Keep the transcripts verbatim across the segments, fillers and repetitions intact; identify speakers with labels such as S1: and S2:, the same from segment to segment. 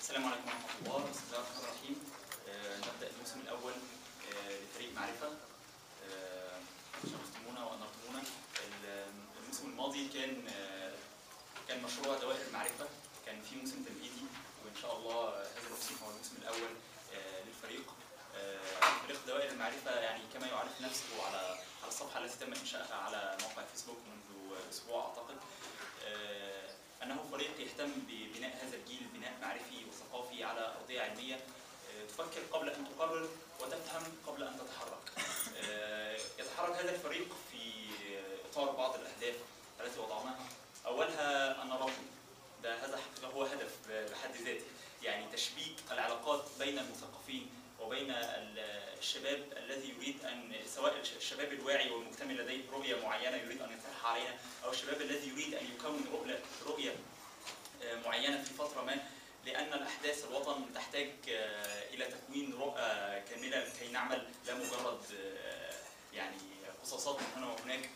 S1: السلام عليكم ورحمة الله، بسم الله الرحمن الرحيم. آه نبدأ الموسم الأول آه لفريق معرفة. آه شرفتمونا وأنرتمونا. الموسم الماضي كان آه كان مشروع دوائر المعرفة، كان في موسم تمهيدي، وإن شاء الله هذا الموسم هو الموسم الأول آه للفريق. آه فريق دوائر المعرفة يعني كما يعرف نفسه على على الصفحة التي تم إنشائها على موقع فيسبوك منذ أسبوع أعتقد. آه أنه فريق يهتم ببناء هذا الجيل بناء معرفي وثقافي على أرضية علمية تفكر قبل أن تقرر وتفهم قبل أن تتحرك. يتحرك هذا الفريق في إطار بعض الأهداف التي وضعناها. أولها النراكم، ده هذا حقيقة هو هدف بحد ذاته، يعني تشبيك العلاقات بين المثقفين وبين الشباب الذي يريد أن، سواء الشباب الواعي والمكتمل لديه رؤية معينة يريد أن يطرحها علينا، أو الشباب الذي يريد أن يكون رؤية معينة في فترة ما، لأن الأحداث الوطن تحتاج إلى تكوين رؤى كاملة لكي نعمل، لا مجرد يعني قصاصات من هنا وهناك.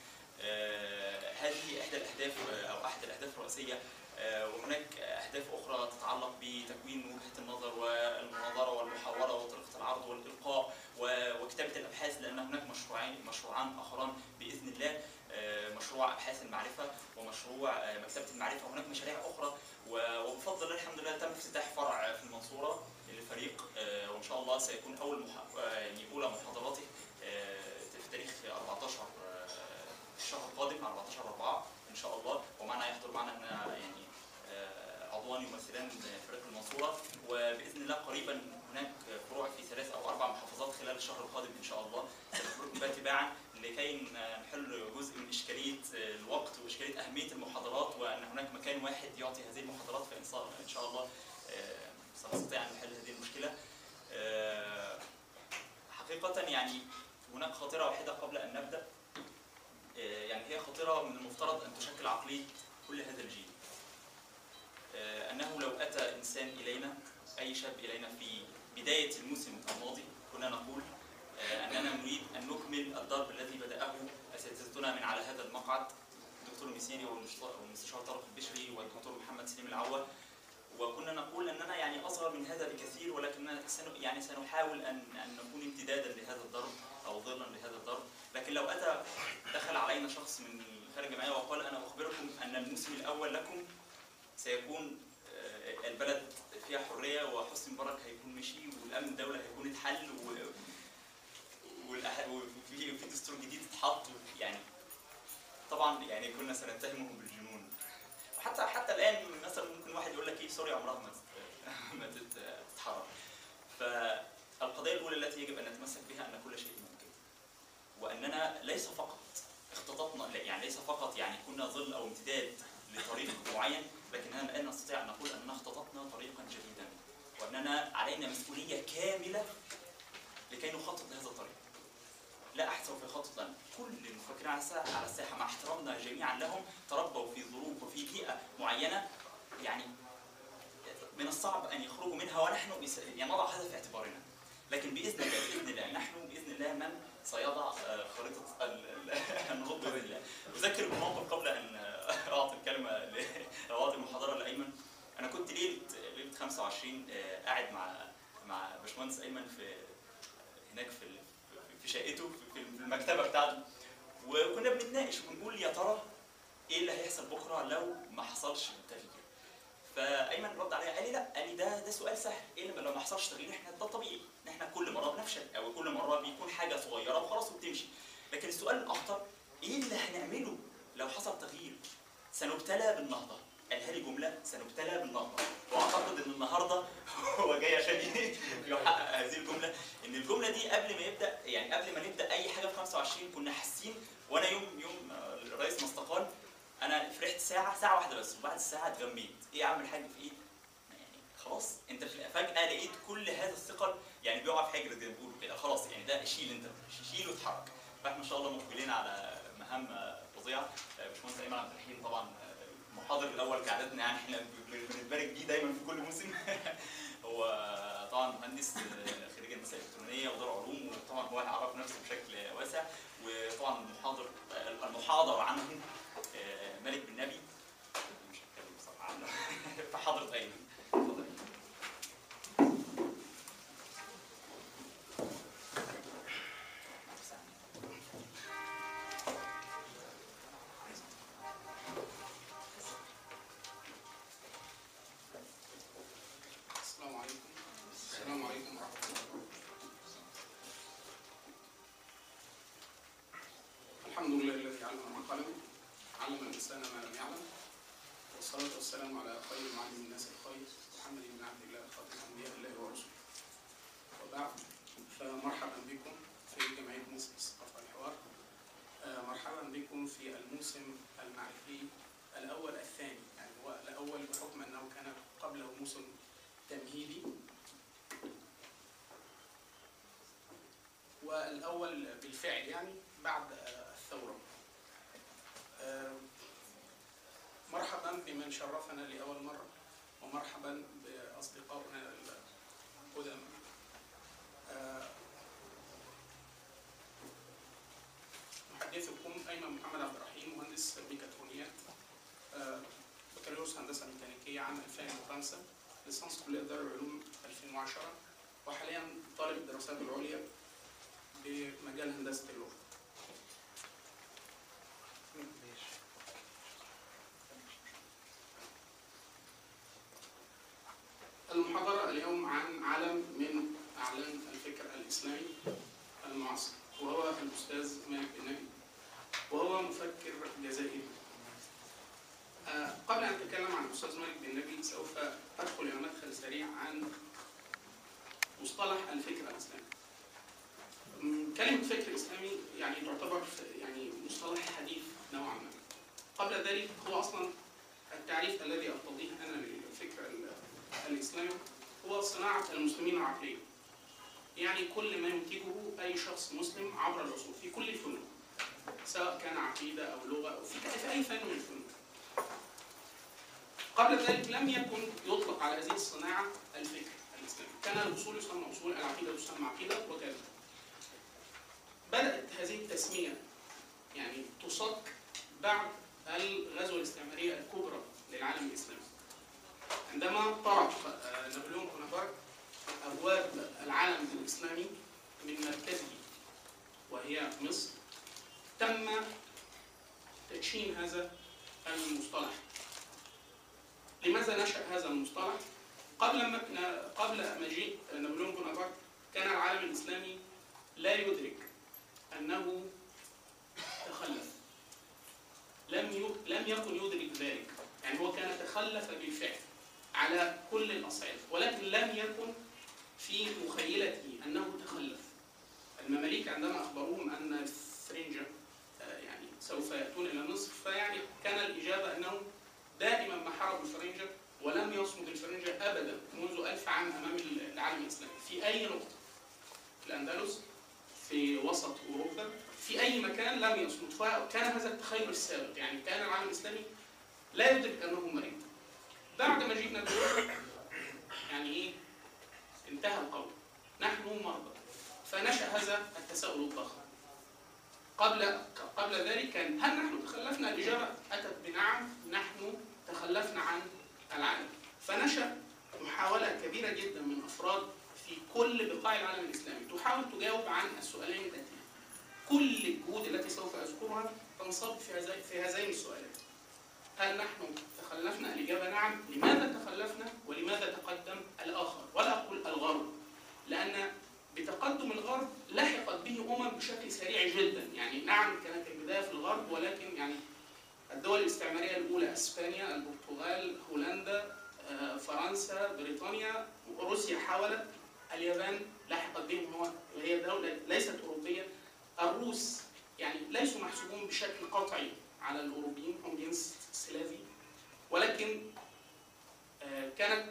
S1: هذه إحدى الأهداف أو أحد الأهداف الرئيسية، وهناك أهداف أخرى تتعلق بتكوين وجهة النظر والمناظرة والمحاورة وطريقة العرض والإلقاء وكتابة الأبحاث، لأن هناك مشروعين مشروعان آخران بإذن الله، مشروع أبحاث المعرفة ومشروع مكتبة المعرفة، وهناك مشاريع أخرى. وبفضل الله الحمد لله تم افتتاح فرع في المنصورة للفريق، وإن شاء الله سيكون أول مح... يعني أولى محاضراته في تاريخ أربعتاشر الشهر القادم، أربعتاشر أربعة إن شاء الله. ومعنا يحضر معنا هنا يعني عضوان يمثلان فريق المنصورة، وبإذن الله قريبا هناك فروع في ثلاث أو أربع محافظات خلال الشهر القادم إن شاء الله، سنخبركم بها تباعا لكي نحل جزء من إشكالية الوقت وإشكالية أهمية المحاضرات، وأن هناك مكان واحد يعطي هذه المحاضرات، فإن شاء الله سنستطيع أن نحل هذه المشكلة. حقيقة يعني هناك خاطرة واحدة قبل أن نبدأ، يعني هي خاطرة من المفترض أن تشكل عقلية كل هذا الجيل، أنه لو أتى إنسان إلينا، أي شاب إلينا في بداية الموسم الماضي، كنا نقول أننا نريد أن نكمل الضرب الذي بدأه أساتذتنا من على هذا المقعد، الدكتور المسيري والمستشار طارق البشري والدكتور محمد سليم العوة، وكنا نقول أننا يعني أصغر من هذا بكثير، ولكننا يعني سنحاول أن أن نكون امتدادا لهذا الضرب أو ظلا لهذا الضرب. لكن لو أتى دخل علينا شخص من خارج الجمعية وقال أنا أخبركم أن الموسم الأول لكم سيكون البلد فيها حرية وحسني مبارك هيكون مشي والأمن الدولة هيكون اتحل وفي في دستور جديد اتحط، يعني طبعا يعني كنا سنتهمه بالجنون. وحتى حتى الآن مثلا ممكن واحد يقول لك ايه سوريا عمرها ما ما تتحرر. فالقضية الأولى التي يجب أن نتمسك بها أن كل شيء ممكن، وأننا ليس فقط اختططنا، يعني ليس فقط يعني كنا ظل أو امتداد لطريق معين، لكننا الآن نستطيع أن نقول أننا اختططنا طريقا جديدا، وأننا علينا مسؤولية كاملة لكي نخطط لهذا الطريق. لا أحد سوف يخطط لنا، كل المفكرين على الساحة على الساحة مع احترامنا جميعا لهم تربوا في ظروف وفي بيئة معينة، يعني من الصعب أن يخرجوا منها، ونحن يعني نضع هذا في اعتبارنا. لكن بإذن الله بإذن الله نحن بإذن الله من سيضع خريطة النهوض بإذن الله. أذكر بموقف قبل أن أعطي الكلمة لأعطي المحاضرة لأيمن. أنا كنت ليلة ليلة خمسة وعشرين قاعد مع مع باشمهندس أيمن في هناك في في شقته في المكتبة بتاعته، وكنا بنتناقش وبنقول يا ترى إيه اللي هيحصل بكرة لو ما حصلش التغيير. فأيمن رد عليا قال لي لا، قال لي ده ده سؤال سهل، إيه اللي لو ما حصلش تغيير؟ إحنا ده طبيعي، إن إحنا كل مرة بنفشل أو كل مرة بيكون حاجة صغيرة وخلاص وبتمشي. لكن السؤال الأخطر إيه اللي هنعمله لو حصل تغيير؟ سنبتلى بالنهضة. قالها لي جملة سنبتلى بالنهضة، وأعتقد إن النهارده هو جاي عشان يحقق هذه الجملة. إن الجملة دي قبل ما يبدأ يعني قبل ما نبدأ أي حاجة في خمسة وعشرين كنا حاسين، وأنا يوم يوم الرئيس ما استقال أنا فرحت ساعة ساعة واحدة بس، وبعد الساعة اتغميت. إيه يا عم الحاج في إيه؟ يعني خلاص أنت فجأة لقيت كل هذا الثقل يعني بيقع في حجر زي ما بيقولوا كده، خلاص يعني ده شيل أنت شيل واتحرك. فإحنا إن شاء الله مقبلين على مهام فظيعة. باشمهندس أيمن عبد الرحيم طبعا المحاضر الأول كعادتنا، يعني إحنا بنتبارك بيه دايما في كل موسم. هو طبعا مهندس خريج الهندسة الإلكترونية ودار علوم، وطبعا هو هيعرف نفسه بشكل واسع. وطبعا المحاضر المحاضر عنه مالك بن نبي، مش هتكلم بصراحة عنه. فحضرة أيمن اتفضل.
S2: الإنسان ما لم يعلم، والصلاة والسلام على خير معلم الناس الخير محمد بن عبد الله خاتم أنبياء الله ورسله. وبعد، فمرحبا بكم في جمعية مصر للثقافة والحوار. مرحبا بكم في الموسم المعرفي الأول الثاني، يعني هو الأول بحكم أنه كان قبله موسم تمهيدي، والأول بالفعل يعني بعد الثورة. مرحبا بمن شرفنا لأول مرة، ومرحبا بأصدقائنا القدامى. محدثكم أيمن محمد عبد الرحيم، مهندس ميكاترونيات، بكالوريوس هندسة ميكانيكية عام ألفين وخمسة، ليسانس كلية دار العلوم ألفين وعشرة، وحاليا طالب الدراسات العليا بمجال هندسة اللغة. المحاضرة اليوم عن علم من أعلام الفكر الإسلامي المعاصر، وهو الأستاذ مالك بن نبي، وهو مفكر جزائري. قبل أن أتكلم عن الأستاذ مالك بن نبي سوف أدخل إلى مدخل سريع عن مصطلح الفكر الإسلامي. كلمة فكر إسلامي يعني تعتبر يعني مصطلح حديث نوعا ما. قبل ذلك هو أصلا التعريف الذي أرتضيه أنا للفكر الإسلامي هو صناعة المسلمين العقلية، يعني كل ما ينتجه أي شخص مسلم عبر العصور في كل الفنون، سواء كان عقيدة أو لغة أو في أي فن من الفنون. قبل ذلك لم يكن يطلق على هذه الصناعة الفكر الإسلامي، كان الأصول يسمى أصول، العقيدة تسمى عقيدة، وكذا. بدأت هذه التسمية يعني تصك بعد الغزوة الاستعمارية الكبرى للعالم الإسلامي، عندما طرق نابليون بونابرت أبواب العالم الإسلامي من مركزه وهي مصر. تم تدشين هذا المصطلح. لماذا نشأ هذا المصطلح؟ قبل ما قبل مجيء نابليون بونابرت كان العالم الإسلامي لا يدرك أنه تخلف، لم لم يكن يدرك ذلك، يعني هو كان تخلف بالفعل على كل الأصعدة، ولكن لم يكن في مخيلته أنه تخلف. المماليك عندما أخبروهم أن الفرنجة يعني سوف يأتون إلى مصر، فيعني كان الإجابة أنه دائما ما حاربوا الفرنجة، ولم يصمد الفرنجة أبدا منذ ألف عام أمام العالم الإسلامي في أي نقطة، في الأندلس، في وسط أوروبا، في أي مكان لم يصمد. فكان هذا التخيل السابق، يعني كان العالم الإسلامي لا يدرك أنه مريض. بعد ما جئنا دول يعني إيه؟ انتهى القول، نحن مرضى. فنشأ هذا التساؤل الضخم. قبل قبل ذلك كان هل نحن تخلفنا؟ الإجابة أتت بنعم، نحن تخلفنا عن العالم. فنشأ محاولة كبيرة جدا من أفراد في كل بقاع العالم الإسلامي تحاول تجاوب عن السؤالين الآتيين. كل الجهود التي سوف أذكرها تنصب في في هذين السؤالين. هل نحن تخلفنا؟ الإجابة نعم. لماذا تخلفنا؟ ولماذا تقدم الآخر؟ ولا أقول الغرب، لأن بتقدم الغرب لحقت به أمم بشكل سريع جدا. يعني نعم كانت البداية في الغرب، ولكن يعني الدول الاستعمارية الأولى إسبانيا، البرتغال، هولندا، فرنسا، بريطانيا، روسيا حاولت، اليابان لحقت بهم وهي دولة ليست أوروبية. الروس يعني ليسوا محسوبون بشكل قطعي على الأوروبيين، هم جنس سلافي، ولكن كانت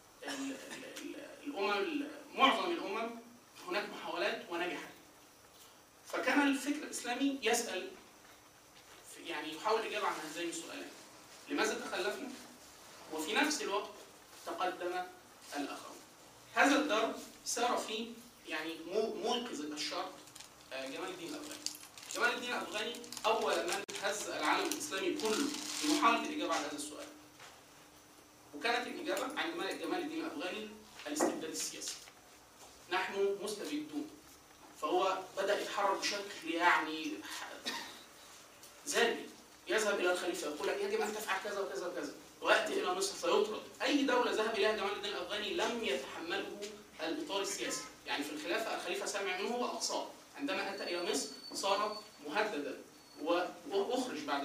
S2: الأمم معظم الأمم هناك محاولات ونجحت. فكان الفكر الإسلامي يسأل يعني يحاول الإجابة عن هذين السؤالين: لماذا تخلفنا؟ وفي نفس الوقت تقدم الآخرون. هذا الدرب سار فيه يعني منقذ الشرق جمال الدين الأفغاني. جمال الدين الأفغاني أول من هز العالم الإسلامي كله لمحاولة الإجابة على هذا السؤال. وكانت الإجابة عن جمال الدين الأفغاني الاستبداد السياسي. نحن مستبدون. فهو بدأ يتحرك بشكل يعني ذلك، يذهب إلى الخليفة يقول يجب أن تفعل كذا وكذا وكذا، ويأتي إلى مصر فيطرد. أي دولة ذهب إليها جمال الدين الأفغاني لم يتحمله الإطار السياسي. يعني في الخلافة الخليفة سمع منه وأقصاه، عندما أتى إلى مصر صار مهددا وأخرج بعد ذلك.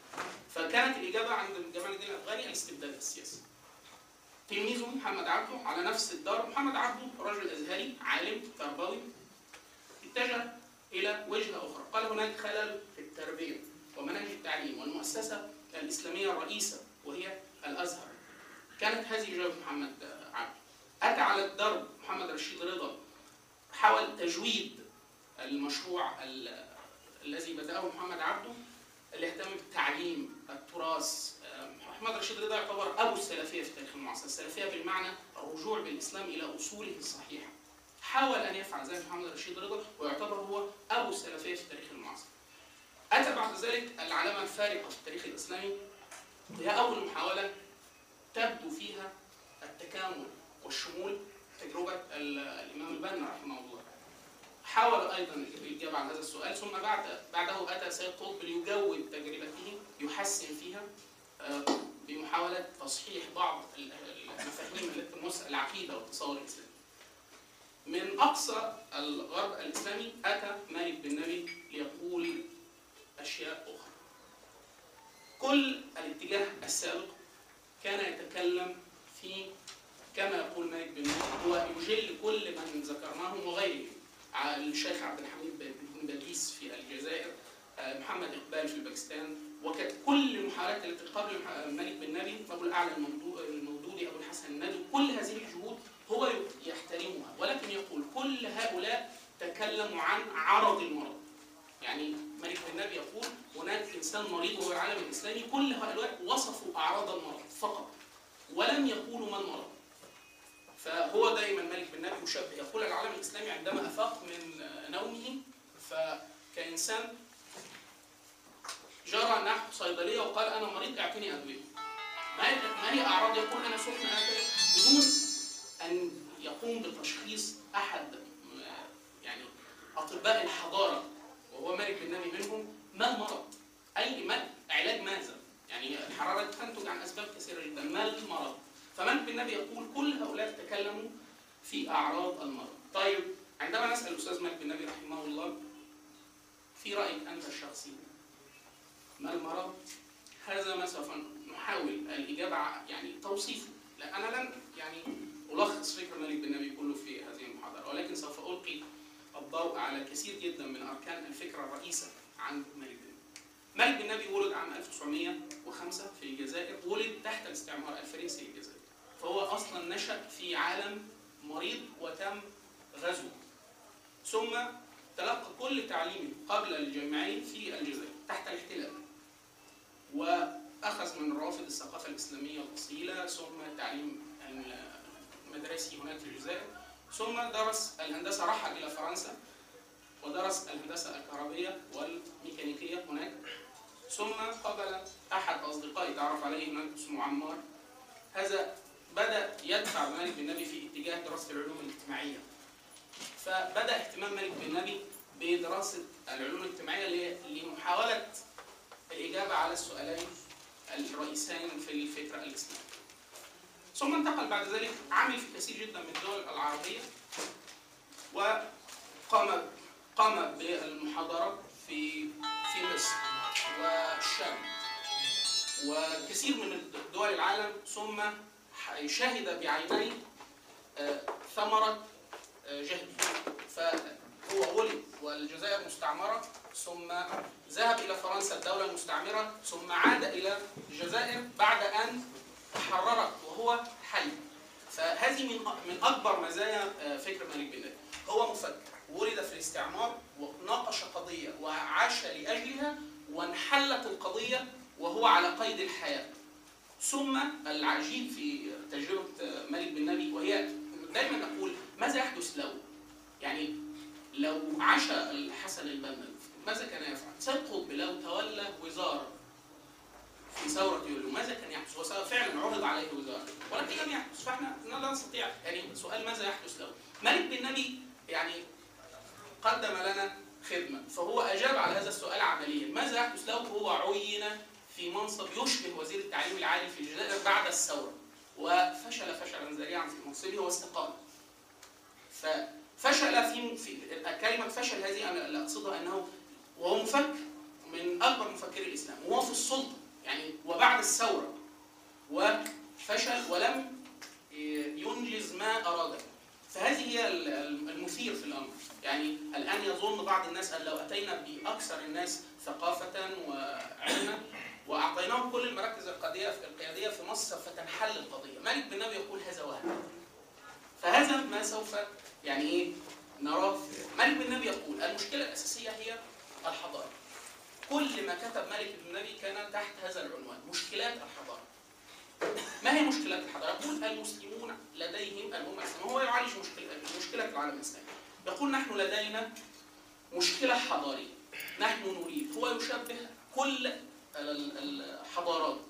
S2: فكانت الإجابة عند جمال الدين الأفغاني الاستبداد السياسي. تلميذه محمد عبده على نفس الدار، محمد عبده رجل أزهري عالم تربوي، اتجه إلى وجهة أخرى، قال هناك خلل في التربية ومناهج التعليم والمؤسسة الإسلامية الرئيسة وهي الأزهر. كانت هذه إجابة محمد عبده. أتى على الدرب محمد رشيد رضا، حاول تجويد المشروع الذي بدأه محمد عبده اللي يهتم بالتعليم، التراث. محمد رشيد رضا يعتبر أبو السلفية في تاريخ المعاصر، السلفية بالمعنى الرجوع بالإسلام إلى أصوله الصحيحة. حاول أن يفعل ذلك محمد رشيد رضا ويعتبر هو أبو السلفية في تاريخ المعاصر. أتى بعد ذلك العلامة الفارقة في التاريخ الإسلامي، هي أول محاولة تبدو فيها التكامل والشمول، تجربة الإمام البنا رحمه الله. حاول أيضا الإجابة على هذا السؤال، ثم بعد بعده أتى سيد قطب ليجود تجربته، يحسن فيها بمحاولة تصحيح بعض المفاهيم التي تمس العقيدة والتصور الإسلامي. من أقصى الغرب الإسلامي أتى مالك بن نبي ليقول أشياء أخرى. كل الاتجاه السابق كان يتكلم في، كما يقول مالك بن نبي، هو يجل كل من ذكرناهم وغيرهم، الشيخ عبد الحميد بن باديس في الجزائر، محمد إقبال في باكستان، وكانت كل المحاولات التي قبل مالك بن نبي، أبو الأعلى المودودي، أبو الحسن الندوي، كل هذه الجهود هو يحترمها، ولكن يقول كل هؤلاء تكلموا عن عرض المرض. يعني مالك بن نبي يقول هناك إنسان مريض وهو العالم الإسلامي، كل هؤلاء وصفوا أعراض المرض فقط ولم يقولوا ما المرض. فهو دائما مالك بن نبي يشبه، يقول العالم الإسلامي عندما أفاق من نومه فكإنسان جرى نحو صيدلية وقال أنا مريض اعطيني أدوية. ما هي أعراض؟ يقول أنا سخن هكذا، بدون أن يقوم بتشخيص أحد يعني أطباء الحضارة وهو مالك بن نبي منهم ما المرض؟ أي ما علاج ماذا؟ يعني الحرارة تنتج عن أسباب كثيرة جدا، ما المرض؟ فمالك بن نبي يقول كل هؤلاء تكلموا في أعراض المرض. طيب عندما نسأل الأستاذ مالك بن نبي رحمه الله في رأيك أنت الشخصي ما المرض؟ هذا ما سوف نحاول الإجابة يعني توصيفه. لا أنا لن يعني ألخص فكر مالك بن نبي كله في هذه المحاضرة، ولكن سوف ألقي الضوء على كثير جدا من أركان الفكرة الرئيسة عند مالك بن نبي. مالك بن نبي ولد عام ألف وتسعمائة وخمسة في الجزائر، ولد تحت الاستعمار الفرنسي للجزائر، فهو أصلا نشأ في عالم مريض وتم غزوه، ثم تلقى كل تعليمه قبل الجامعي في الجزائر تحت الاحتلال، وأخذ من روافد الثقافة الإسلامية الأصيلة، ثم التعليم المدرسي هناك في الجزائر، ثم درس الهندسة، رحل إلى فرنسا ودرس الهندسة الكهربية والميكانيكية هناك، ثم قابل أحد أصدقائي تعرف عليه هناك اسمه عمار. هذا بدأ يدفع مالك بن نبي في اتجاه دراسة العلوم الاجتماعية، فبدأ اهتمام مالك بن نبي بدراسة العلوم الاجتماعية لمحاولة الإجابة على السؤالين الرئيسين في الفكرة الإسلامية. ثم انتقل بعد ذلك، عمل في كثير جدا من الدول العربية، وقام قام بالمحاضرات في في مصر والشام وكثير من دول العالم، ثم شهد بعينيه ثمرة جهده. فهو ولد والجزائر مستعمرة، ثم ذهب إلى فرنسا الدولة المستعمرة، ثم عاد إلى الجزائر بعد أن تحررت وهو حي. فهذه من من أكبر مزايا فكر مالك بن نبي، هو مفكر ولد في الاستعمار وناقش قضية وعاش لأجلها وانحلت القضية وهو على قيد الحياة. ثم العجيب في تجربة مالك بن نبي، وهي دائما نقول ماذا يحدث لو، يعني لو عاش الحسن البنا ماذا كان يفعل؟ سيد قطب لو تولى وزارة في ثورة يوليو ماذا كان يحدث؟ هو فعلا عرض عليه وزارة ولكن لم يحدث، فاحنا لا نستطيع يعني سؤال ماذا يحدث لو. مالك بن نبي يعني قدم لنا خدمة، فهو أجاب على هذا السؤال عمليا، ماذا يحدث لو هو عين في منصب يشبه وزير التعليم العالي في الجزائر بعد الثورة، وفشل فشلا ذريعا في منصبه واستقال. ففشل في, في كلمة فشل هذه أنا لا أقصدها أنه وهو مفكر من أكبر مفكري الإسلام وهو في السلطة، يعني وبعد الثورة وفشل ولم ينجز ما أراده. فهذه هي المثير في الأمر. يعني الآن يظن بعض الناس أن لو أتينا بأكثر الناس ثقافة وعلما وأعطيناهم كل المراكز القيادية في مصر فتنحل القضية. مالك بن نبي يقول هذا وهم. فهذا ما سوف يعني إيه نراه. مالك بن نبي يقول المشكلة الأساسية هي الحضارة. كل ما كتب مالك بن نبي كان تحت هذا العنوان، مشكلات الحضارة. ما هي مشكلات الحضارة؟ يقول المسلمون لديهم الأمة الإسلامية، هو يعالج مشكلة مشكلة العالم الإسلامي. يقول نحن لدينا مشكلة حضارية، نحن نريد، هو يشبه كل الحضارات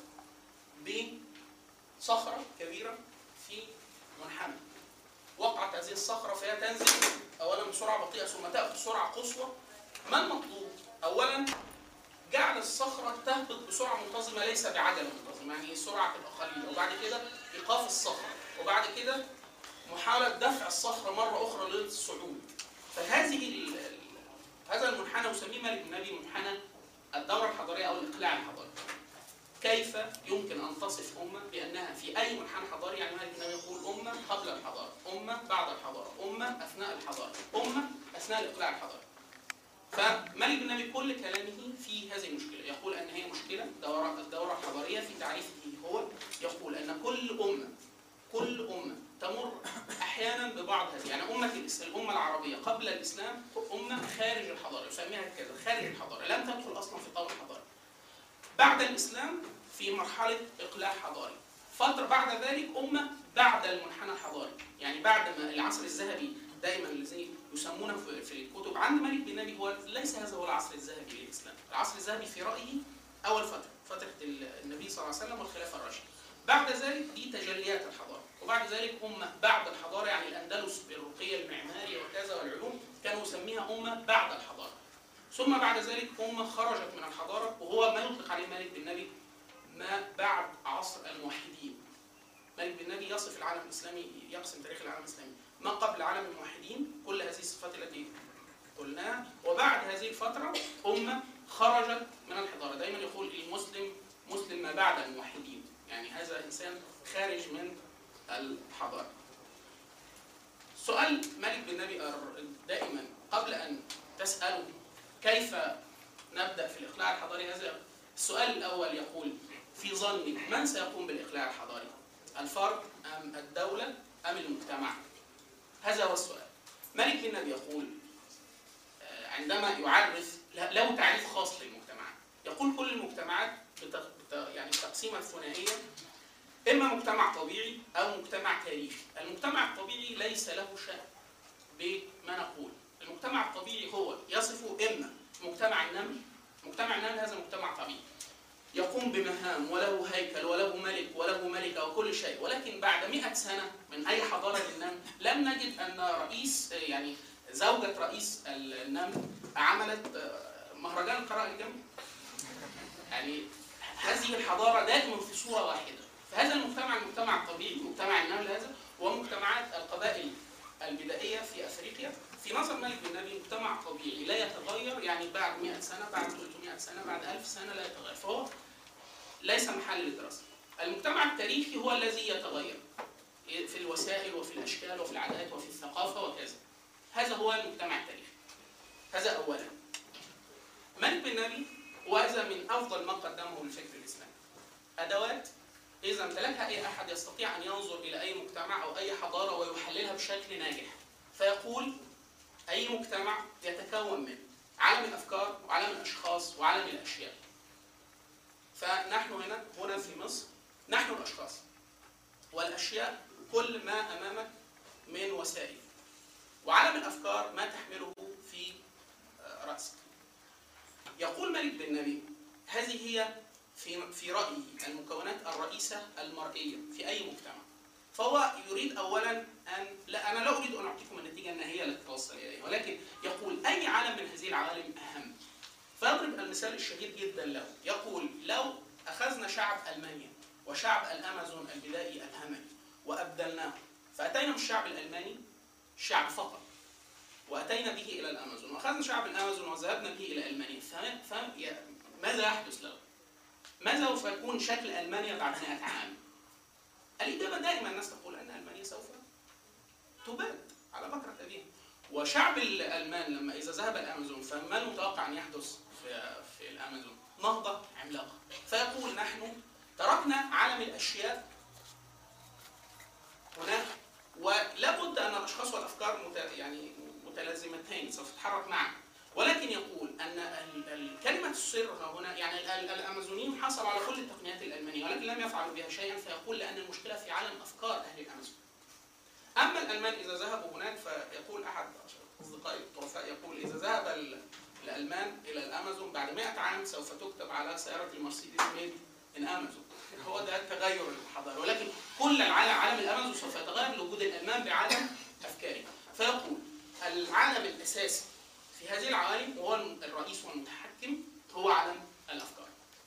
S2: بصخرة كبيرة في منحنى. وقعت هذه الصخرة فهي تنزل أولا بسرعة بطيئة ثم تأخذ بسرعة قصوى. ما المطلوب؟ أولا جعل الصخرة تهبط بسرعة منتظمة ليس بعجلة منتظمة، يعني سرعة تبقى قليلة، وبعد كده إيقاف الصخرة، وبعد كده محاولة دفع الصخرة مرة أخرى للصعود. فهذه هذا المنحنى يسميه مالك بن نبي منحنى الدورة الحضارية أو الإقلاع الحضاري. كيف يمكن أن تصف أمة بأنها في أي منحنى حضاري؟ يعني مالك بن نبي يقول أمة قبل الحضارة، أمة بعد الحضارة، أمة أثناء الحضارة، أمة أثناء الإقلاع الحضاري. فمالك بن نبي كل كلامه في هذه المشكلة. يقول أن هي مشكلة دورة الدورة الحضارية. في تعريفه هو يقول أن كل أمة كل أمة تمر أحيانا ببعض هذه، يعني أمة الأمة العربية قبل الإسلام أمة خارج الحضارة، يسميها كذا خارج الحضارة، لم تدخل أصلا في طور الحضارة. بعد الإسلام في مرحلة إقلاع حضاري. فترة بعد ذلك أمة بعد المنحنى الحضاري، يعني بعد ما العصر الذهبي دائما الذي يسمونه في الكتب عند مالك بن نبي هو ليس هذا هو العصر الذهبي للإسلام. العصر الذهبي في رأيه أول فترة فترة النبي صلى الله عليه وسلم والخلافة الراشدة. بعد ذلك دي تجليات الحضارة، وبعد ذلك أمة بعد الحضارة، يعني الأندلس بالرقي المعماري وكذا والعلوم كانوا يسميها أمة بعد الحضارة. ثم بعد ذلك أمة خرجت من الحضارة، وهو ما يطلق عليه مالك بن نبي ما بعد عصر الموحدين. مالك بن نبي يصف العالم الإسلامي، يقسم تاريخ العالم الإسلامي ما قبل عالم الموحدين، كل هذه الصفات التي قلناها، وبعد هذه الفترة أمة خرجت من الحضارة. دائما يقول المسلم مسلم ما بعد الموحدين، يعني هذا إنسان خارج من الحضارة. سؤال مالك بن نبي دائما قبل أن تسأله كيف نبدأ في الإقلاع الحضاري، هذا السؤال الأول يقول في ظنك من سيقوم بالإقلاع الحضاري؟ الفرد أم الدولة أم المجتمع؟ هذا هو السؤال. مالك بن نبي يقول عندما يعرف له تعريف خاص للمجتمعات، يقول كل المجتمعات يعني التقسيمة الثنائية إما مجتمع طبيعي أو مجتمع تاريخي. المجتمع الطبيعي ليس له شأن بما نقول. المجتمع الطبيعي هو يصفه إما مجتمع النمل. مجتمع النمل هذا مجتمع طبيعي يقوم بمهام وله هيكل وله ملك وله ملكة وكل شيء، ولكن بعد مئة سنة من أي حضارة للنمل لم نجد أن رئيس يعني زوجة رئيس النمل عملت مهرجان القراءة الجمعي. يعني هذه الحضارة دائما في صورة واحدة. فهذا المجتمع المجتمع الطبيعي مجتمع النمل هذا، ومجتمعات القبائل البدائية في أفريقيا في نظر مالك بن نبي مجتمع طبيعي لا يتغير، يعني بعد مئة سنة بعد ثلاثمئة سنة بعد ألف سنة لا يتغير، فهو ليس محل للدراسة. المجتمع التاريخي هو الذي يتغير في الوسائل وفي الأشكال وفي العادات وفي الثقافة وكذا. هذا هو المجتمع التاريخي. هذا أولا. مالك بن نبي وهذا من أفضل ما قدمه للفكر الإسلامي. أدوات إذا امتلكها أي أحد يستطيع أن ينظر إلى أي مجتمع أو أي حضارة ويحللها بشكل ناجح. فيقول أي مجتمع يتكون من عالم الأفكار وعالم الأشخاص وعالم الأشياء. فنحن هنا هنا في مصر نحن الأشخاص، والأشياء كل ما أمامك من وسائل، وعالم الأفكار ما تحمله في رأسك. يقول مالك بن نبي هذه هي في في رأيه المكونات الرئيسة المرئية في أي مجتمع. فهو يريد أولا أن لا أنا لا أريد أن أعطيكم النتيجة النهائية التي توصل إليها، ولكن يقول أي عالم من هذه العوالم أهم. فيضرب المثال الشهير جدا له. يقول لو أخذنا شعب ألمانيا وشعب الأمازون البدائي الهمجي وأبدلناه، فأتينا بالشعب الألماني شعب فقط وأتينا به إلى الأمازون، وأخذنا شعب الأمازون وذهبنا به إلى ألمانيا، فماذا يحدث له؟ ماذا سوف يكون شكل ألمانيا بعد مئة عام؟ الإجابة دائما الناس تقول أن ألمانيا سوف تباد على بكرة أبيها. وشعب الألمان لما إذا ذهب الأمازون فما المتوقع أن يحدث في, في الأمازون؟ نهضة عملاقة. فيقول نحن تركنا عالم الأشياء هناك، ولابد أن الأشخاص والأفكار مت... يعني متلازمتين سوف تتحرك معا، ولكن يقول أن كلمة السر هنا يعني الأمازونيين حصلوا على كل التقنيات الألمانية ولكن لم يفعلوا بها شيئا، فيقول لأن المشكلة في عالم أفكار أهل الأمازون. أما الألمان إذا ذهبوا هناك فيقول أحد أصدقائي الطرفاء يقول إذا ذهب الألمان إلى الأمازون بعد مئة عام سوف تكتب على سيارة المرسيدس ميد إن أمازون. هو ده التغير الحضاري، ولكن كل العالم عالم الأمازون سوف يتغير لوجود الألمان بعالم أفكاري. فيقول العالم الأساسي في هذه العوالم وهو الرئيس والمتحكم هو عالم الأفكار،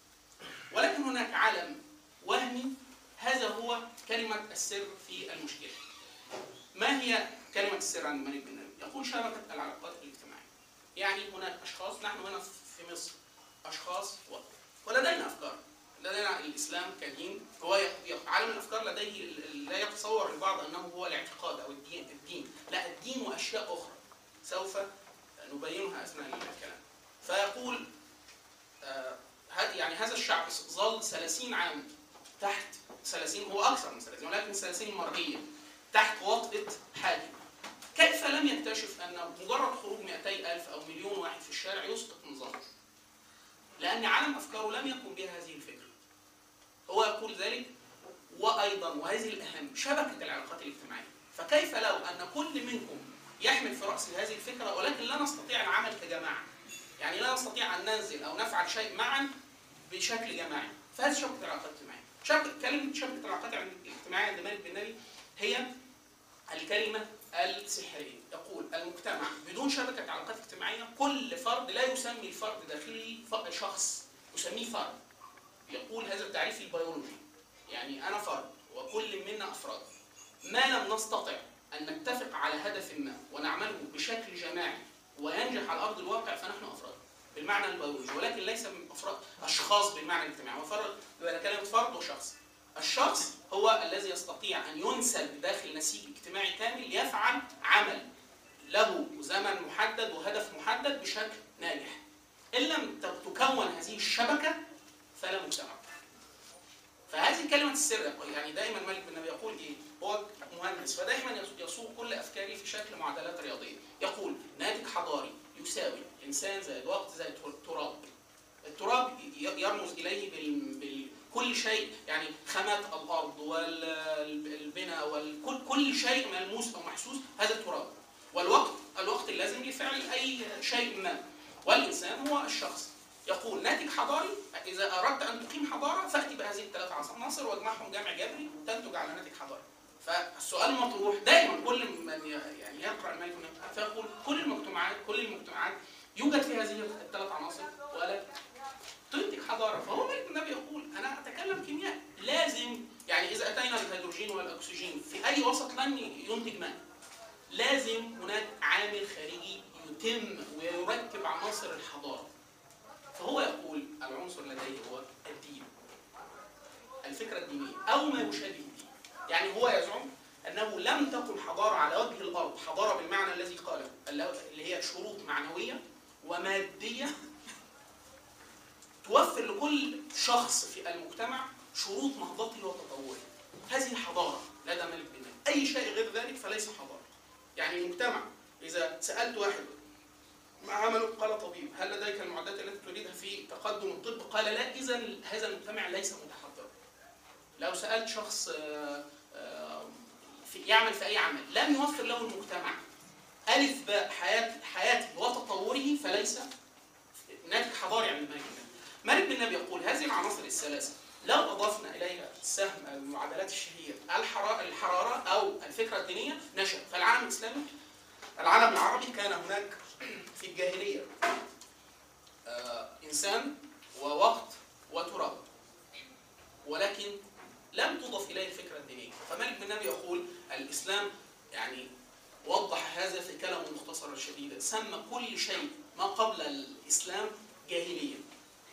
S2: ولكن هناك عالم وهمي هذا هو كلمة السر في المشكلة. ما هي كلمة السر عند الملك بن نبي؟ يقول شبكة العلاقات الاجتماعية. يعني هناك أشخاص، نحن هنا في مصر أشخاص ولدينا أفكار، لدينا الإسلام كدين، هو عالم الأفكار لديه لا يتصور البعض أنه هو الاعتقاد أو الدين، الدين لا، الدين وأشياء أخرى سوف نبينها أثناء الكلام. فيقول آه يعني هذا الشعب ظل ثلاثين عام تحت ثلاثين، هو أكثر من ثلاثين ولكن ثلاثين مرئية تحت وطأة حاكم. كيف لم يكتشف أن مجرد خروج مئتي ألف أو مليون واحد في الشارع يسقط نظام؟ لأن عالم أفكاره لم يكن بها هذه الفكرة. هو يقول ذلك، وأيضا وهذه الأهم شبكة العلاقات الاجتماعية. فكيف لو أن كل منكم يحمل في رأسه هذه الفكرة ولكن لا نستطيع العمل كجماعة، يعني لا نستطيع أن ننزل أو نفعل شيء معا بشكل جماعي، فهذه شبكة العلاقات الاجتماعية. شبكة كلمة شبكة العلاقات الاجتماعية عند مالك بن نبي هي الكلمة السحرية. يقول المجتمع بدون شبكة علاقات اجتماعية كل فرد لا يسمي الفرد داخله شخص، يسميه فرد. يقول هذا التعريف البيولوجي، يعني أنا فرد وكل منا أفراد. ما لم نستطع أن نتفق على هدف ما ونعمله بشكل جماعي وينجح على أرض الواقع فنحن أفراد بالمعنى البيولوجي، ولكن ليس من أفراد أشخاص بالمعنى الاجتماعي. وفرق بين كلمة فرد وشخص. الشخص هو الذي يستطيع أن ينسب داخل نسيج اجتماعي كامل ليفعل عمل له زمن محدد وهدف محدد بشكل ناجح. إن لم تكون هذه الشبكة فلا مجتمع. فهذه كلمة السر. يعني دائما مالك بن نبي يقول إيه؟ هو مهندس فدائما يصوغ كل أفكاره في شكل معادلات رياضية. يقول ناتج حضاري يساوي إنسان زائد وقت زائد تراب. التراب يرمز إليه بال... بال... كل شيء، يعني خامات الأرض والبناء وكل كل شيء ملموس أو محسوس هذا التراب. والوقت الوقت اللازم لفعل أي شيء ما. والإنسان هو الشخص. يقول ناتج حضاري، إذا أردت أن تقيم حضارة فأتي بهذه الثلاث عناصر واجمعهم جمع جبري تنتج على ناتج حضاري. فالسؤال المطروح دائما كل من يعني يقرأ الملك فيقول كل المجتمعات كل المجتمعات يوجد في هذه الثلاث عناصر ولا تنتج حضارة. فهو مالك بن نبي يقول أنا أتكلم كيمياء، لازم يعني إذا أتينا بالهيدروجين والأكسجين في أي وسط لن ينتج ماء، لازم هناك عامل خارجي يتم ويركب عناصر الحضارة. فهو يقول العنصر لديه هو الدين، الفكرة الدينية أو ما يشابه الدين. يعني هو يزعم أنه لم تكن حضارة على وجه الأرض، حضارة بالمعنى الذي قاله اللي هي شروط معنوية ومادية توفر لكل شخص في المجتمع شروط نهضته وتطوره. هذه حضارة لدى مالك بن نبي. أي شيء غير ذلك فليس حضارة. يعني المجتمع إذا سألت واحد ما عمله قال طبيب، هل لديك المعدات التي تريدها في تقدم الطب؟ قال لا، إذا هذا المجتمع ليس متحضرا. لو سألت شخص في يعمل في أي عمل لم يوفر له المجتمع ألف باء حياة حياته وتطوره فليس ناتج حضاري عند مالك بن نبي. مالك بن نبي يقول هذه العناصر الثلاثة لو أضفنا إليها سهم المعادلات الشهيرة الحرارة أو الفكرة الدينية نشأ. فالعالم الإسلامي العالم العربي كان هناك في الجاهلية آه إنسان ووقت وتراب، ولكن لم تضف إليه الفكرة الدينية. فمالك بن نبي يقول الإسلام يعني وضح هذا في كلمة مختصرة شديدة، سمى كل شيء ما قبل الإسلام جاهلية.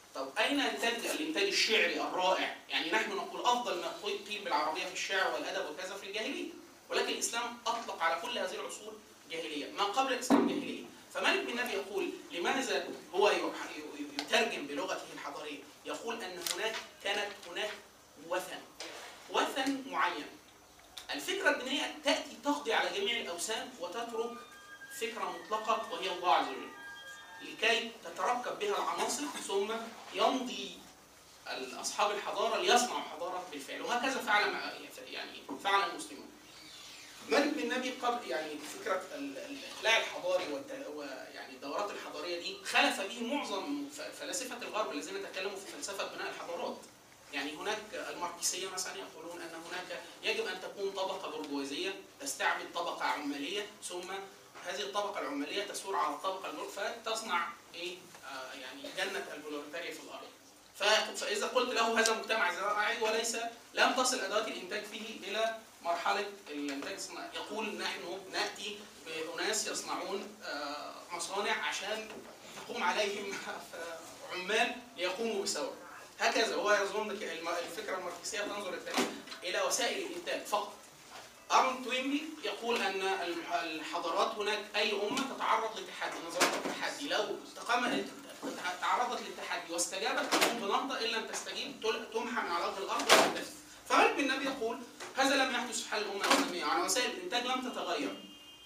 S2: طب أين إنتاج الإنتاج الشعري الرائع؟ يعني نحن نقول أفضل ما قيل بالعربية في الشعر والأدب وكذا في الجاهلية، ولكن الإسلام أطلق على كل هذه العصور جاهلية، ما قبل الإسلام جاهلية. فمالك بن نبي يقول لماذا هو يترجم بلغته الحضارية؟ يقول أن هناك كانت هناك وثن وثن معين. الفكرة الدينية تأتي تقضي على جميع الأوثان وتترك فكرة مطلقة وهي الله عز وجل، لكي تتركب بها العناصر ثم يمضي أصحاب الحضارة ليصنعوا حضارة بالفعل، وهكذا فعل يعني فعل المسلمون. مالك بن نبي قبل يعني فكرة الإقلاع الحضاري ويعني الدورات الحضارية دي خلف به معظم فلاسفة الغرب الذين تكلموا في فلسفة بناء الحضارات. يعني هناك الماركسية مثلا يقولون أن هناك يجب أن تكون طبقة برجوازية تستعبد طبقة عمالية، ثم هذه الطبقة العمالية تثور على الطبقة البرجوازية فتصنع إيه آه يعني جنة البروليتاريا في الأرض. فإذا قلت له هذا مجتمع زراعي وليس لم تصل أدوات الإنتاج فيه إلى مرحلة الإنتاج الصناعي، يقول نحن نأتي بأناس يصنعون آه مصانع عشان تقوم عليهم عمال ليقوموا بثورة. هكذا هو يظن الفكرة الماركسية تنظر التاريخ إلى وسائل الإنتاج فقط. أرنولد توينبي يقول أن الحضارات هناك أي أمة تتعرض للتحدي، نظرية التحدي، لو استقام تعرضت للتحدي واستجابت تقوم بنهضة، إن لم تستجيب تمحى من على وجه الأرض وتندثر. فمالك بن نبي يقول هذا لم يحدث في حال الأمة الإسلامية، يعني وسائل الإنتاج لم تتغير.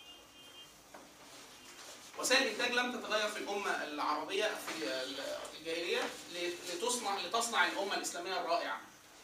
S2: وسائل الإنتاج لم تتغير في الأمة العربية في الجاهلية لتصنع لتصنع الأمة الإسلامية الرائعة.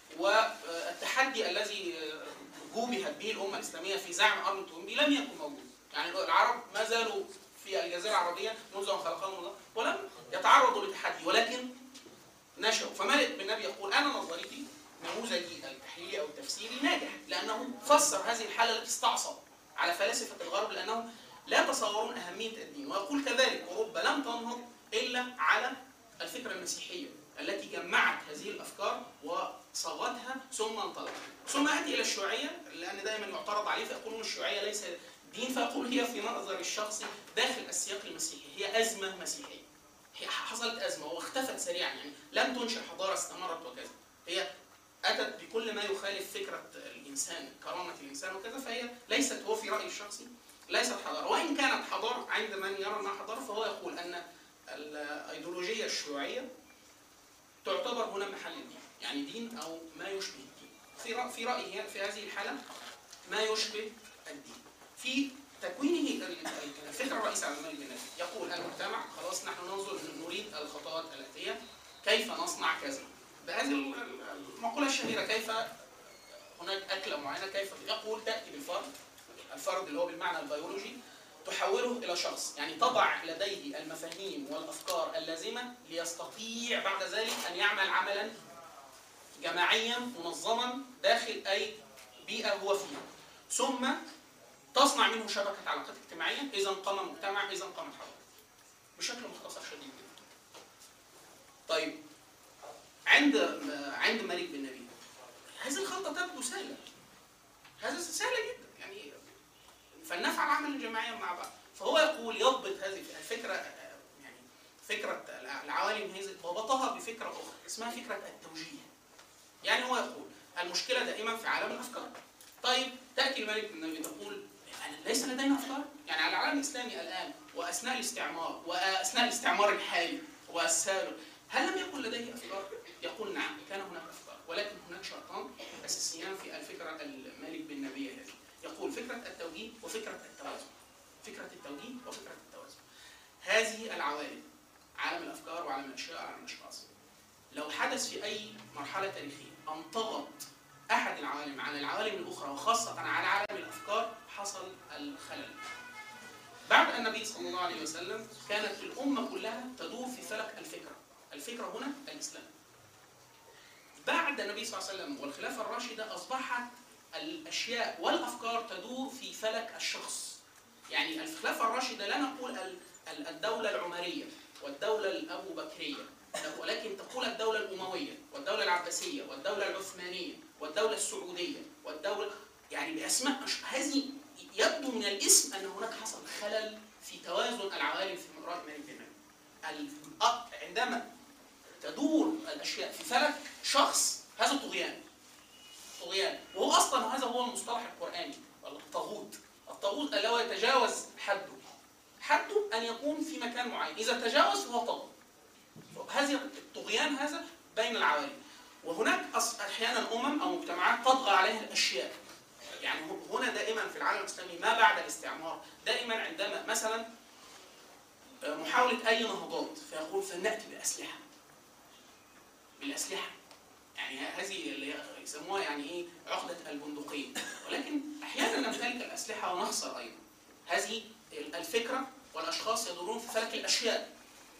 S2: والتحدي الذي جوبهت به الأمة الإسلامية في زعم أرنولد توينبي لم يكن موجود. يعني العرب ما زالوا في الجزيرة العربية منذ أن خلقهم الله ولم يتعرضوا لتحدي، ولكن نشأوا. فمالك بن نبي يقول أنا نظريتي نموذجي التحليلي أو التفسيري ناجح، لأنه فسر هذه الحالة التي استعصب على فلاسفة الغرب لأنهم لا يتصورون أهمية الدين. ويقول كذلك أوروبا لم تنهض إلا على الفكرة المسيحية التي جمعت هذه الأفكار وصاغتها ثم انطلقت. ثم يأتي إلى الشيوعية، لأن دائما يعترض عليه فيقولون الشيوعية ليس دين، فيقول هي في نظر الشخصي داخل السياق المسيحي هي أزمة مسيحية، هي حصلت أزمة واختفت سريعا، يعني لم تنشأ حضارة استمرت وكذا، هي أتت بكل ما يخالف فكرة الإنسان كرامة الإنسان وكذا، فهي ليست، هو في رأيي الشخصي ليست حضارة. وإن كانت حضارة عند من يرى أنها حضارة، فهو يقول أن الأيديولوجية الشيوعية تعتبر هنا محل الدين، يعني دين أو ما يشبه الدين. في في رأيي في هذه الحالة ما يشبه الدين. في تكوينه الفكرة الرئيسية على مالك بن نبي يقول المجتمع خلاص نحن ننظر نريد الخطوات الآتية، كيف نصنع كذا، بهذه المقولة الشهيرة كيف هناك أكلة معينة، كيف يقول تأتي بالفرد، الفرد اللي هو بالمعنى البيولوجي، تحوله إلى شخص، يعني تضع لديه المفاهيم والأفكار اللازمة ليستطيع بعد ذلك أن يعمل عملا جماعيا منظما داخل أي بيئة هو فيها، ثم تصنع منه شبكة علاقات اجتماعية، إذا قام مجتمع، إذا قامت حضارة، بشكل مختصر شديد جدا. طيب عند عند مالك بن نبي هذه الخلطة تبدو سهلة، هذا سهلة جدا، يعني فلنفعل عملا جماعيا مع بعض. فهو يقول يضبط هذه الفكرة، يعني فكرة العوالم هذه ضبطها بفكرة أخرى اسمها فكرة التوجيه. يعني هو يقول المشكلة دائما في عالم الأفكار. طيب تأتي الملك بن نبي تقول ليس لدينا أفكار؟ يعني على العالم الإسلامي الآن وأثناء الاستعمار وأثناء الاستعمار الحالي والسابق هل لم يكن لديه أفكار؟ يقول نعم كان هناك أفكار، ولكن هناك شرطان أساسيان في الفكرة الملك بن نبي هذه. يقول فكرة التوجيه وفكرة التوازن. فكرة التوجيه وفكرة التوازن. هذه العوالم، عالم الأفكار وعالم الأشياء وعالم الأشخاص، لو حدث في أي مرحلة تاريخية أن طغت أحد العوالم على العوالم الأخرى وخاصة على عالم الأفكار حصل الخلل. بعد النبي صلى الله عليه وسلم كانت الأمة كلها تدور في فلك الفكرة. الفكرة هنا الإسلام. بعد النبي صلى الله عليه وسلم والخلافة الراشدة أصبحت الأشياء والأفكار تدور في فلك الشخص. يعني الخلافة الراشدة لا نقول الدولة العمرية والدولة الأبو بكرية، ولكن تقول الدولة الأموية والدولة العباسية والدولة العثمانية والدولة السعودية والدولة، يعني بأسماء هذه يبدو من الاسم أن هناك حصل خلل في توازن العوالم في رأي مالك بن نبي. عندما تدور الاشياء في فلك شخص، هذا طغيان. طغيان، وهو اصلا هذا هو المصطلح القراني، الطاغوت. الطاغوت اللي هو يتجاوز حده. حده ان يكون في مكان معين، اذا تجاوز فهو طاغوت. هذه الطغيان هذا بين العوالم. وهناك احيانا امم او مجتمعات تطغى عليها الاشياء. يعني هنا دائما في العالم الاسلامي ما بعد الاستعمار، دائما عندما مثلا محاوله اي نهضات فيقول فلناتي باسلحه. بالاسلحه. يعني هذه اللي يسموها يعني ايه عقده البندقيه، ولكن احيانا نمتلك الاسلحه ونخسر ايضا. هذه الفكره والاشخاص يدورون في فلك الاشياء.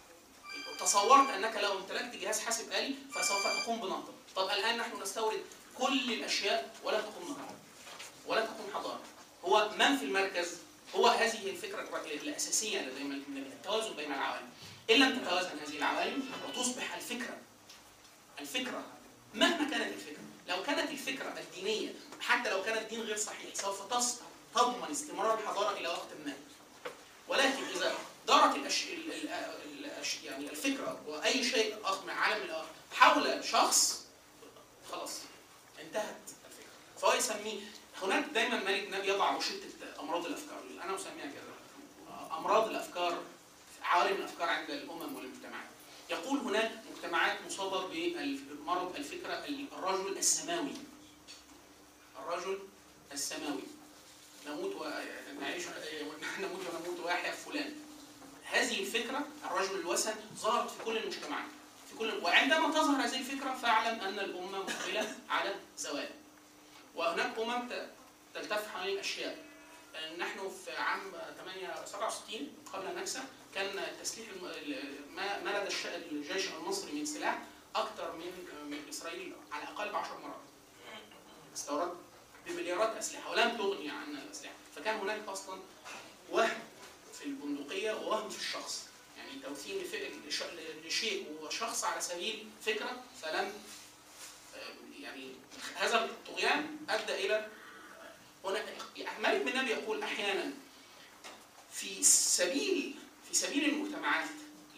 S2: تصورت انك لو امتلكت جهاز حاسب آلي فسوف تقوم بنهضه. طب الان نحن نستورد كل الاشياء ولا تقوم نهضه ولا تقوم حضاره. هو من في المركز؟ هو هذه الفكره الاساسيه لدى النبي، التوازن بين العوالم. ان لم تتوازن هذه العوالم وتصبح الفكره الفكره مهما كانت الفكره، لو كانت الفكره الدينيه حتى لو كان الدين غير صحيح سوف تضمن استمرار الحضاره الى وقت ما. ولكن اذا دارت الأش... الأش... يعني الفكره واي شيء اخر من عالم الاخر حول شخص، خلاص انتهت الفكره. فهو يسميه هناك دايما مالك النبي يضع روشته امراض الافكار، انا اسميها كذا امراض الافكار، عوالم الافكار عند الامم والمجتمعات. يقول هناك مجتمعات مصابه بمرض الفكره الرجل السماوي. الرجل السماوي، نموت ونعيش نموت ونموت ويحيى فلان. هذه الفكره الرجل الوثن ظهرت في كل المجتمعات، في كل وعندما تظهر هذه الفكره فاعلم ان الامه مقبله على زوال. وهناك امم تلتف حوالين الاشياء. نحن في عام ثمانية سبعة وستين قبل النكسه كان التسليح ما لدى الجيش المصري من سلاح اكثر من من اسرائيل على الاقل بعشر مرات. استورد بمليارات اسلحه ولم تغني عن الاسلحه. فكان هناك اصلا وهم في البندقيه ووهم في الشخص، يعني توثيق لشيء وشخص على سبيل فكره، فلم يعني هذا الطغيان ادى الى هنا. مالك بن نبي يقول احيانا في سبيل في سبيل المجتمعات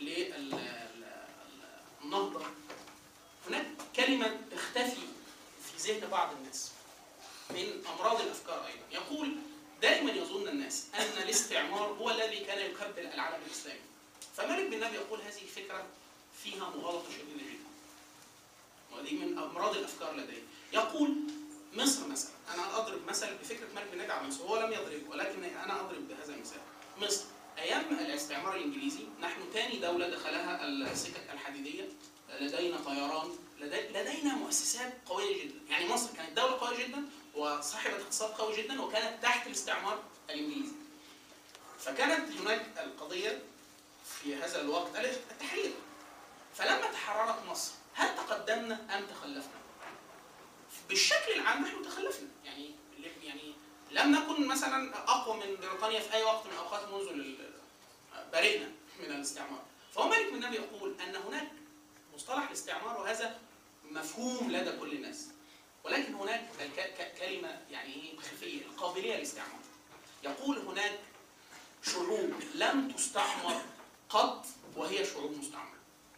S2: للنهضه هناك كلمه تختفي في ذهن بعض الناس من امراض الافكار ايضا. يقول دائما يظن الناس ان الاستعمار هو الذي كان يكبل العالم الاسلامي. فمالك بن نبي يقول هذه الفكره فيها مغالطه شديده جدا، ودي من امراض الافكار لديه. يقول مصر مثلا، انا اضرب مثل بفكره مالك بن نبي على مصر، هو لم يضرب ولكن انا اضرب بهذا المثال. مصر ايام الاستعمار الانجليزي نحن ثاني دوله دخلها السكك الحديديه، لدينا طيران، لدي لدينا مؤسسات قويه جدا. يعني مصر كانت دوله قويه جدا وصاحبه اقتصاد قوي جدا وكانت تحت الاستعمار الانجليزي. فكانت هناك القضيه في هذا الوقت التحرير. فلما تحررت مصر هل تقدمنا ام تخلفنا؟ بالشكل العام نحن تخلفنا، يعني يعني لم نكن مثلا اقوى من بريطانيا في اي وقت من الاوقات منذ برئنا من الاستعمار. فهو مالك بن نبي يقول ان هناك مصطلح الاستعمار وهذا مفهوم لدى كل الناس، ولكن هناك كلمه يعني ايه خفيه، القابليه للاستعمار. يقول هناك شعوب لم تستعمر قط وهي شعوب مستعمره.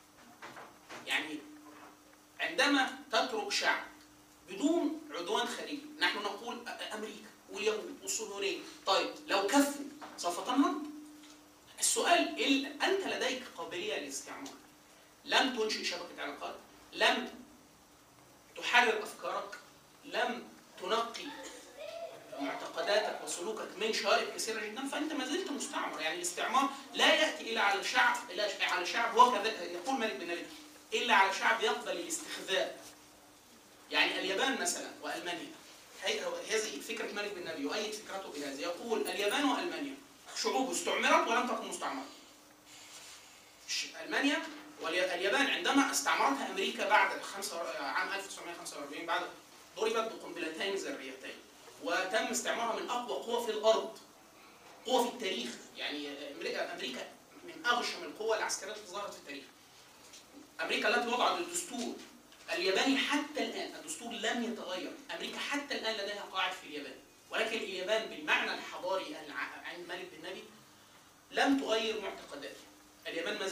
S2: يعني عندما تترك شعب بدون عدوان خارجي، نحن نقول امريكا واليهود والصهيونيه، طيب لو كفوا سوف تنهض؟ السؤال انت لديك قابليه للاستعمار، لم تنشئ شبكه علاقات، لم تحرر افكارك، لم تنقي معتقداتك وسلوكك من شوائب كثيره جدا، فانت ما زلت مستعمر. يعني الاستعمار لا ياتي الا على شعب الا على شعب وكذا يقول مالك بن نبي الا على شعب يقبل الاستخذاء. يعني اليابان مثلا والمانيا، هذه فكره مالك بن نبي يؤيد فكرته بهذا. يقول اليابان والمانيا شعوب استعمرت ولم تكن مستعمره. المانيا واليابان عندما استعمرتها امريكا بعد عام ألف وتسعمائة وخمسة وأربعين، بعد ضربت بقنبلتين ذريتين وتم استعمارها من اقوى قوى في الارض، قوى في التاريخ. يعني امريكا من اغشم القوى العسكريه التي ظهرت في التاريخ. امريكا التي وضعت الدستور الياباني حتى الان، الدستور لم يتغير. امريكا حتى الان لديها قاعده في اليابان، ولكن اليابان بالمعنى الحضاري عند مالك بن نبي لم تغير معتقداتها. اليابان ما زالت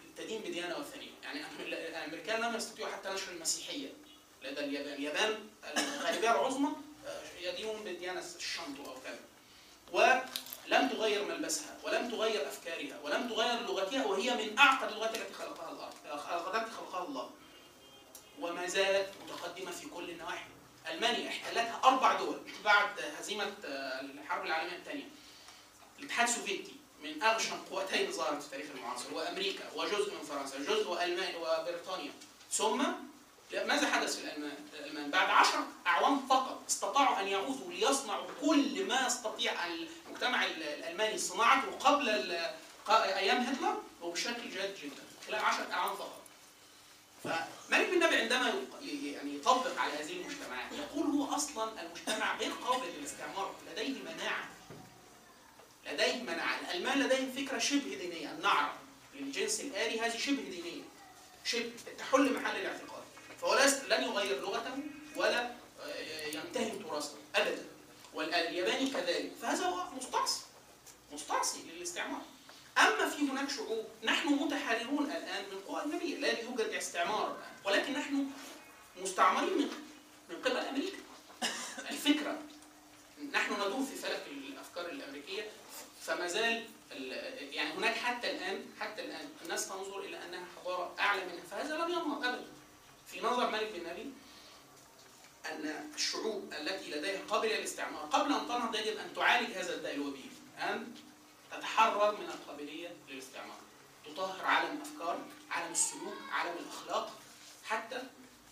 S2: تدين بديانه وثنيه، يعني الامريكان لم يستطيعوا حتى نشر المسيحيه لدى اليابان، اليابان الغالبيه العظمى يدينون بديانه الشنطو او كذا، ولم تغير ملبسها ولم تغير افكارها ولم تغير لغتها، وهي من اعقد اللغات التي خلقها الله التي خلقها الله، وما زالت متقدمه في كل النواحي. المانيا احتلتها اربع دول بعد هزيمه الحرب العالميه الثانيه. الاتحاد السوفيتي من اغشم قوتين اللي ظهرت في التاريخ المعاصر، وامريكا وجزء من فرنسا جزء والمانيا وبريطانيا. ثم ماذا حدث في الالمان؟ الالمان بعد عشر اعوام فقط استطاعوا ان يعودوا ليصنعوا كل ما يستطيع المجتمع الالماني صناعته قبل ايام هتلر وبشكل جيد جدا خلال عشر اعوام فقط. فمالك بن نبي عندما يعني يطبق على هذه المجتمعات يقول هو اصلا المجتمع غير قابل للاستعمار، لديه مناعه لديه مناعه. الالمان لديهم فكره شبه دينيه، النعره للجنس الآلي هذه شبه دينيه، شبه تحل محل الاعتقاد، فهو لن يغير لغته ولا ينتهي تراثه ابدا، والياباني كذلك، فهذا هو مستعصي مستعصي للاستعمار. اما في هناك شعوب نحن متحررون الان من قوى اجنبيه، لا يوجد استعمار الان، ولكن نحن مستعمرين من من قبل امريكا. الفكره نحن ندور في فلك الافكار الامريكيه، فما زال يعني هناك حتى الان حتى الان الناس تنظر الى انها حضاره اعلى منها، فهذا لم ينهض ابدا. في نظر مالك بن نبي ان الشعوب التي لديها قابله للاستعمار قبل ان تنهض يجب ان تعالج هذا الداء الوبيل، ان تتحرر من القابليه للاستعمار، تطهر عالم الافكار، عالم السلوك، عالم الاخلاق. حتى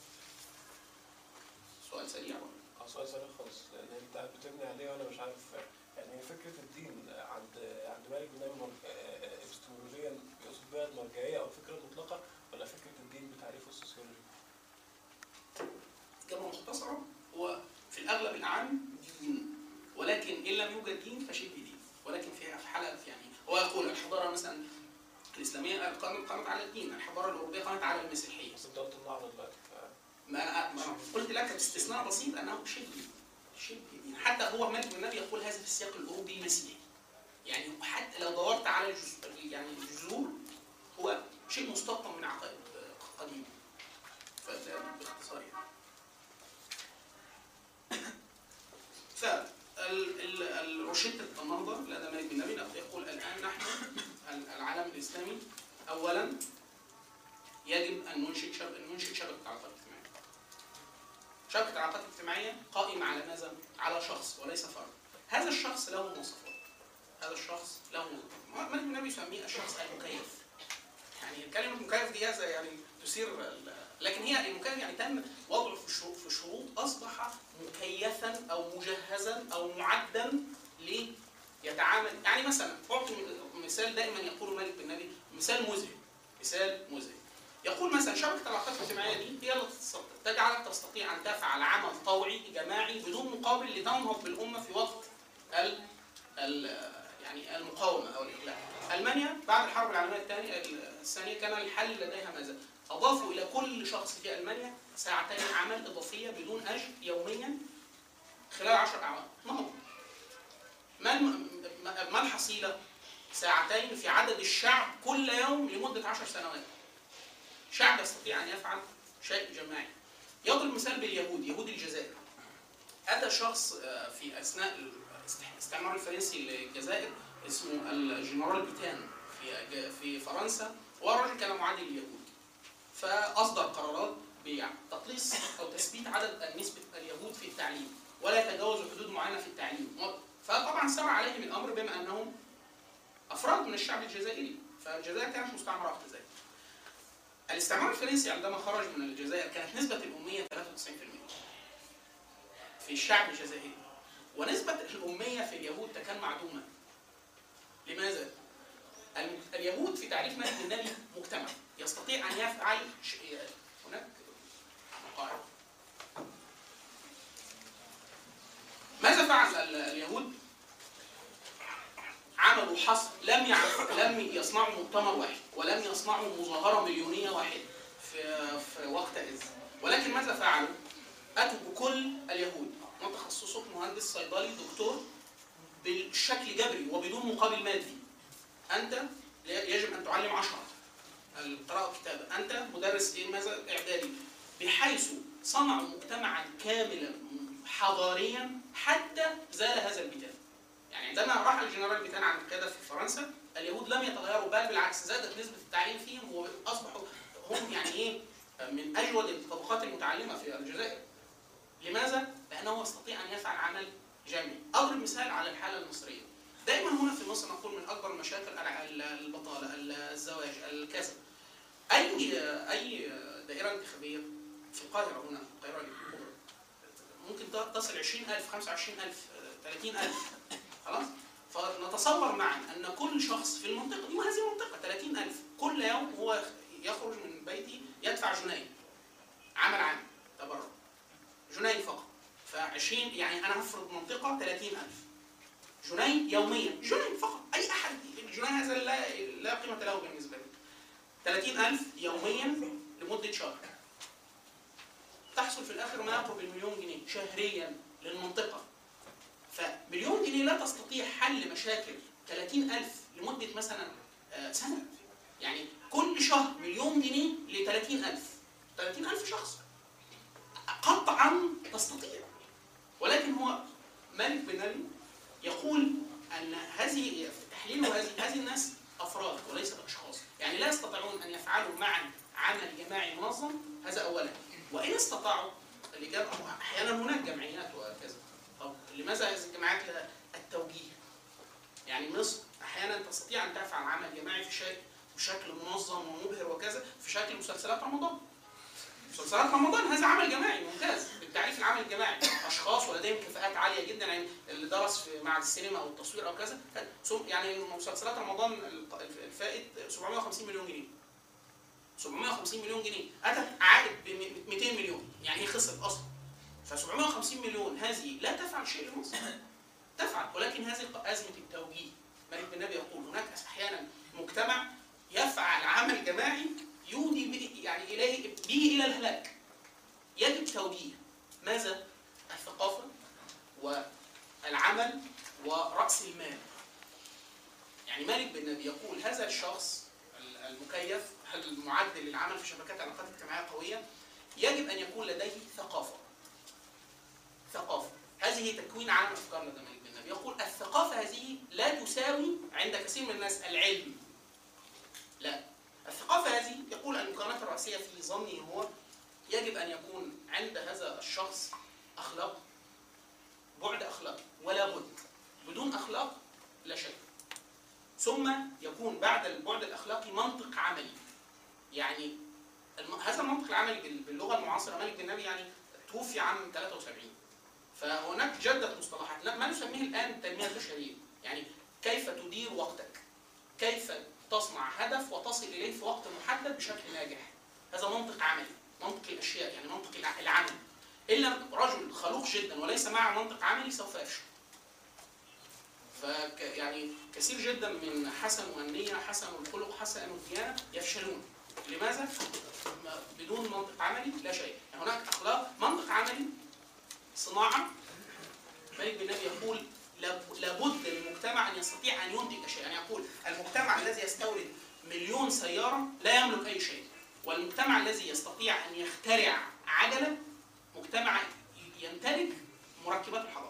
S2: سؤال سريع
S3: اه سؤال سريع خالص، لان انت بتبني عليه وانا مش عارف يعني فكره الدين عند عند مالك بن نبي ابستمولوجيا يقصد بها المرجعيه او الفكره المطلقه، ولا فكره الدين بتعريفه السوسيولوجي؟
S2: إجابة مختصرة، هو في الأغلب الأعم دين، ولكن إن لم يوجد دين فشبه دين، ولكن في حالة يعني هو يقول الحضارة مثلا الإسلامية قامت على الدين، الحضارة الأوروبية قامت على المسيحية.
S3: بس أنت قلت النعرة دلوقتي.
S2: ما ما قلت لك باستثناء بسيط أنه شبه شبه دين، حتى هو مالك بن نبي يقول هذا في السياق الأوروبي مسيحي. يعني حتى لو دورت على يعني الجذور هو شيء مستوطن من عقائد قديمة. فده باختصار يعني. فالروشتة النهضة لدى مالك بن نبي يقول الآن نحن العالم الإسلامي أولاً يجب أن ننشئ شبكة ننشئ شبكة علاقات اجتماعية. شبكة علاقات اجتماعية قائمة على ماذا؟ على شخص وليس فرد. هذا الشخص له مواصفات. هذا الشخص له مواصفات. مالك بن نبي يسميه الشخص المكيف. يعني كلمة مكيف دي هذا يعني تثير، لكن هي المكيف يعني تم وضعه في شروط أصبح مكيفا أو مجهزا أو معدا ليتعامل. يعني مثلا أعطي مثال دائما يقول مالك بن نبي، مثال مذهل مثال مذهل يقول مثلا شبكة العلاقات الاجتماعية دي هي التي تجعلك تستطيع أن تفعل عمل طوعي جماعي بدون مقابل لتنهض بالأمة في وقت ال ال يعني المقاومة أو الإغلاق. ألمانيا بعد الحرب العالمية الثانية الثانية كان الحل لديها ماذا؟ أضافوا إلى كل شخص في ألمانيا ساعتين عمل إضافية بدون أجر يوميا خلال عشر أعوام. نهضوا. ما ما الحصيلة؟ ساعتين في عدد الشعب كل يوم لمدة عشر سنوات. شعب يستطيع أن يفعل شيء جماعي. يضرب مثال باليهود، يهود الجزائر. أتى شخص في أثناء الاستعمار الفرنسي للجزائر اسمه الجنرال بيتان في في فرنسا، والرجل كان معادي لليهود. فأصدر قرارات بتقليص أو تثبيت عدد نسبة اليهود في التعليم ولا يتجاوز حدود معينة في التعليم. فطبعا سرى عليهم الأمر بما أنهم أفراد من الشعب الجزائري، فالجزائر كانت مستعمرة وقت ذلك. الاستعمار الفرنسي عندما خرج من الجزائر كانت نسبة الأمية ثلاثة وتسعين بالمئة في الشعب الجزائري، ونسبة الأمية في اليهود تكاد معدومة. لماذا؟ اليهود في تعريف مالك بن نبي مجتمع يستطيع أن يفعل شيء. هناك مقاعد. ماذا فعل اليهود؟ عملوا حصر، لم يعرف لم يصنعوا مؤتمر واحد ولم يصنعوا مظاهرة مليونية واحدة في في وقت إذ، ولكن ماذا فعلوا؟ أتوا بكل اليهود من تخصصه مهندس صيدلي دكتور بالشكل جبري وبدون مقابل مادي. أنت يجب أن تعلم عشرة، القراءة والكتابة، أنت مدرس إيه ماذا إعدادي، بحيث صنعوا مجتمعا كاملا حضاريا حتى زال هذا البتان. يعني عندما راح الجنرال بيتان عن القيادة في فرنسا، اليهود لم يتغيروا، بل بالعكس زادت نسبة التعليم فيهم وأصبحوا هم يعني إيه من أجود الطبقات المتعلمة في الجزائر. لماذا؟ لأنه يستطيع أن يفعل عمل جمعي. أضرب مثال على الحالة المصرية. دائما هنا في مصر نقول من أكبر المشاكل البطالة، الزواج، الكذا. أي أي دائرة انتخابية في القاهرة هنا، في القاهرة الكبرى، ممكن تصل عشرين ألف، خمسة وعشرين ألف، ثلاثين ألف. خلاص؟ فنتصور معا أن كل شخص في المنطقة دي، وهذه منطقة ثلاثين ألف، كل يوم هو يخرج من بيته يدفع جنيه عمل عام تبرع، جنيه فقط. فعشرين يعني أنا هفرض منطقة ثلاثين ألف جنيه يوميا، جنيه فقط. أي أحد الجنيه هذا لا لا قيمة له بالنسبة لي. ثلاثين ألف يوميا لمدة شهر، تحصل في الآخر ما يقرب المليون جنيه شهريا للمنطقة. فمليون جنيه لا تستطيع حل مشاكل ثلاثين ألف لمدة مثلا سنة. يعني كل شهر مليون جنيه ل ثلاثين ألف، ثلاثين ألف شخص قطعا تستطيع. ولكن هو مالك بن نبي يقول أن هذه تحليل هذه هذه الناس أفراد وليست أشخاص، يعني لا يستطيعون أن يفعلوا معا عمل جماعي منظم. هذا أولا. وإن استطاعوا الإجابة، أحيانا هناك جمعيات وكذا. طب لماذا هذه الجماعات لها التوجيه؟ يعني مصر أحيانا تستطيع أن تفعل عمل جماعي في شكل بشكل منظم ومبهر وكذا في شكل مسلسلات رمضان. مسلسلات رمضان هذا عمل جماعي ممتاز. بالتعريف العمل الجماعي اشخاص ولديهم كفاءات عاليه جدا، يعني اللي درس في معهد السينما او التصوير او كذا، يعني مسلسلات رمضان الفائت سبعمائة وخمسين مليون جنيه. سبعمائة وخمسين مليون جنيه اتت عائد ب مئتين مليون، يعني هي خسرت اصلا. ف سبعمائة وخمسين مليون هذه لا تفعل شيء لمصر، تفعل، ولكن هذه ازمه التوجيه. مالك بن نبي يقول هناك احيانا مجتمع يفعل عمل جماعي يودي به يعني اليه به الى الهلاك. يجب توجيه ماذا؟ الثقافه والعمل ورأس المال. يعني مالك بن نبي يقول هذا الشخص المكيف المعدل للعمل في شبكات العلاقات الاجتماعيه قويه يجب ان يكون لديه ثقافه. ثقافه هذه تكوين عالم افكار لدى مالك بن نبي. يقول الثقافه هذه لا تساوي عند كثير من الناس العلم. لا، الثقافه هذه يقول المكونات الرئيسيه في ظني هو يجب ان يكون عند هذا الشخص اخلاق، بعد اخلاقي ولا بد. بدون اخلاق لا شيء. ثم يكون بعد البعد الاخلاقي منطق عملي. يعني هذا المنطق العملي باللغه المعاصره، مالك بن نبي يعني توفي عام ثلاثة وسبعين، فهناك جدة مصطلحات ما نسميه الان التنميه البشريه. يعني كيف تدير وقتك، كيف تصنع هدف وتصل اليه في وقت محدد بشكل ناجح. هذا منطق عملي، منطق الاشياء، يعني منطق العمل. الا رجل خلوق جدا وليس معه منطق عملي سوف يفشل. ف يعني كثير جدا من حسن النية، حسن الخلق، حسن الديانه يفشلون. لماذا؟ بدون منطق عملي لا شيء. يعني هناك اخلاق، منطق عملي، صناعه. مالك بن نبي يقول لابد للمجتمع ان يستطيع ان ينتج شيء. يعني يقول المجتمع الذي يستورد مليون سياره لا يملك اي شيء، والمجتمع الذي يستطيع ان يخترع عجله مجتمع ينتج مركبات الحضاره.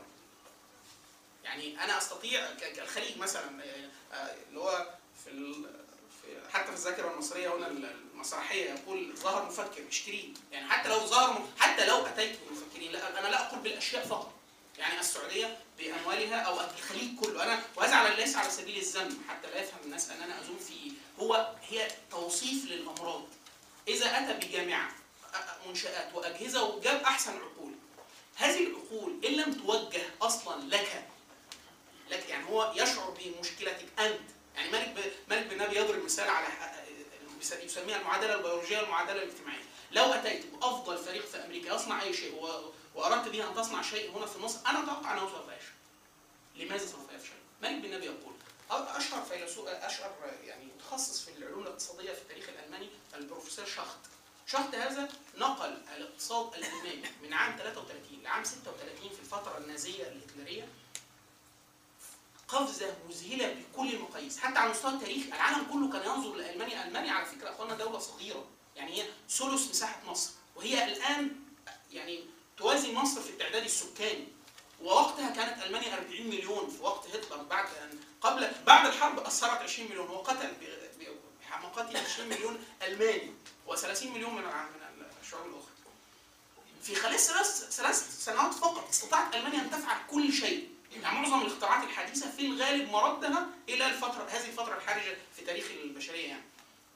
S2: يعني انا استطيع الخليج مثلا اللي هو في حتى في الذاكره المصريه هنا المسرحيه يقول ظهر مفكر اشتريه. يعني حتى لو ظهر حتى لو اتيت بمفكرين، لا انا لا اقول بالاشياء فقط. يعني السعوديه باموالها او الخليج كله، انا وهذا على ليس على سبيل الذم حتى لا يفهم الناس ان انا ازوم فيه، هو هي توصيف للامراض. اذا اتى بجامعه منشآت واجهزه وجاب احسن عقول، هذه العقول ان لم توجه اصلا لك لك يعني هو يشعر بمشكلتك انت. يعني مالك مالك بن نبي يضرب مثال على يسميها المعادله البيولوجيه والمعادله الاجتماعيه. لو اتيت بافضل فريق في امريكا يصنع اي شيء واردت به ان تصنع شيء هنا في مصر، انا اتوقع انه سوف يفشل. لماذا سوف يفشل؟ مالك بن نبي يقول اشهر فيلسوف اشهر يعني متخصص في العلوم الاقتصاديه في التاريخ الالماني البروفيسور شاخت. شاخت هذا نقل الاقتصاد الالماني من عام ثلاثة وثلاثين لعام ستة وثلاثين في الفتره النازيه الهتلريه قفزه مذهله بكل المقاييس، حتى على مستوى التاريخ العالم كله كان ينظر لالمانيا. المانيا على فكره اخوانا دوله صغيره، يعني هي ثلث مساحه مصر، وهي الان يعني توازي مصر في التعداد السكاني، ووقتها كانت المانيا أربعين مليون في وقت هتلر، بعد ان قبل بعد الحرب اثرت عشرين مليون، وقتل بحماقته عشرين مليون الماني و30 مليون من من الشعوب الاخرى. في خلال ثلاث ثلاث سنوات فقط استطاعت المانيا ان تفعل كل شيء. يعني معظم الاختراعات الحديثه في الغالب مردها الى الفتره هذه الفتره الحرجه في تاريخ البشريه. يعني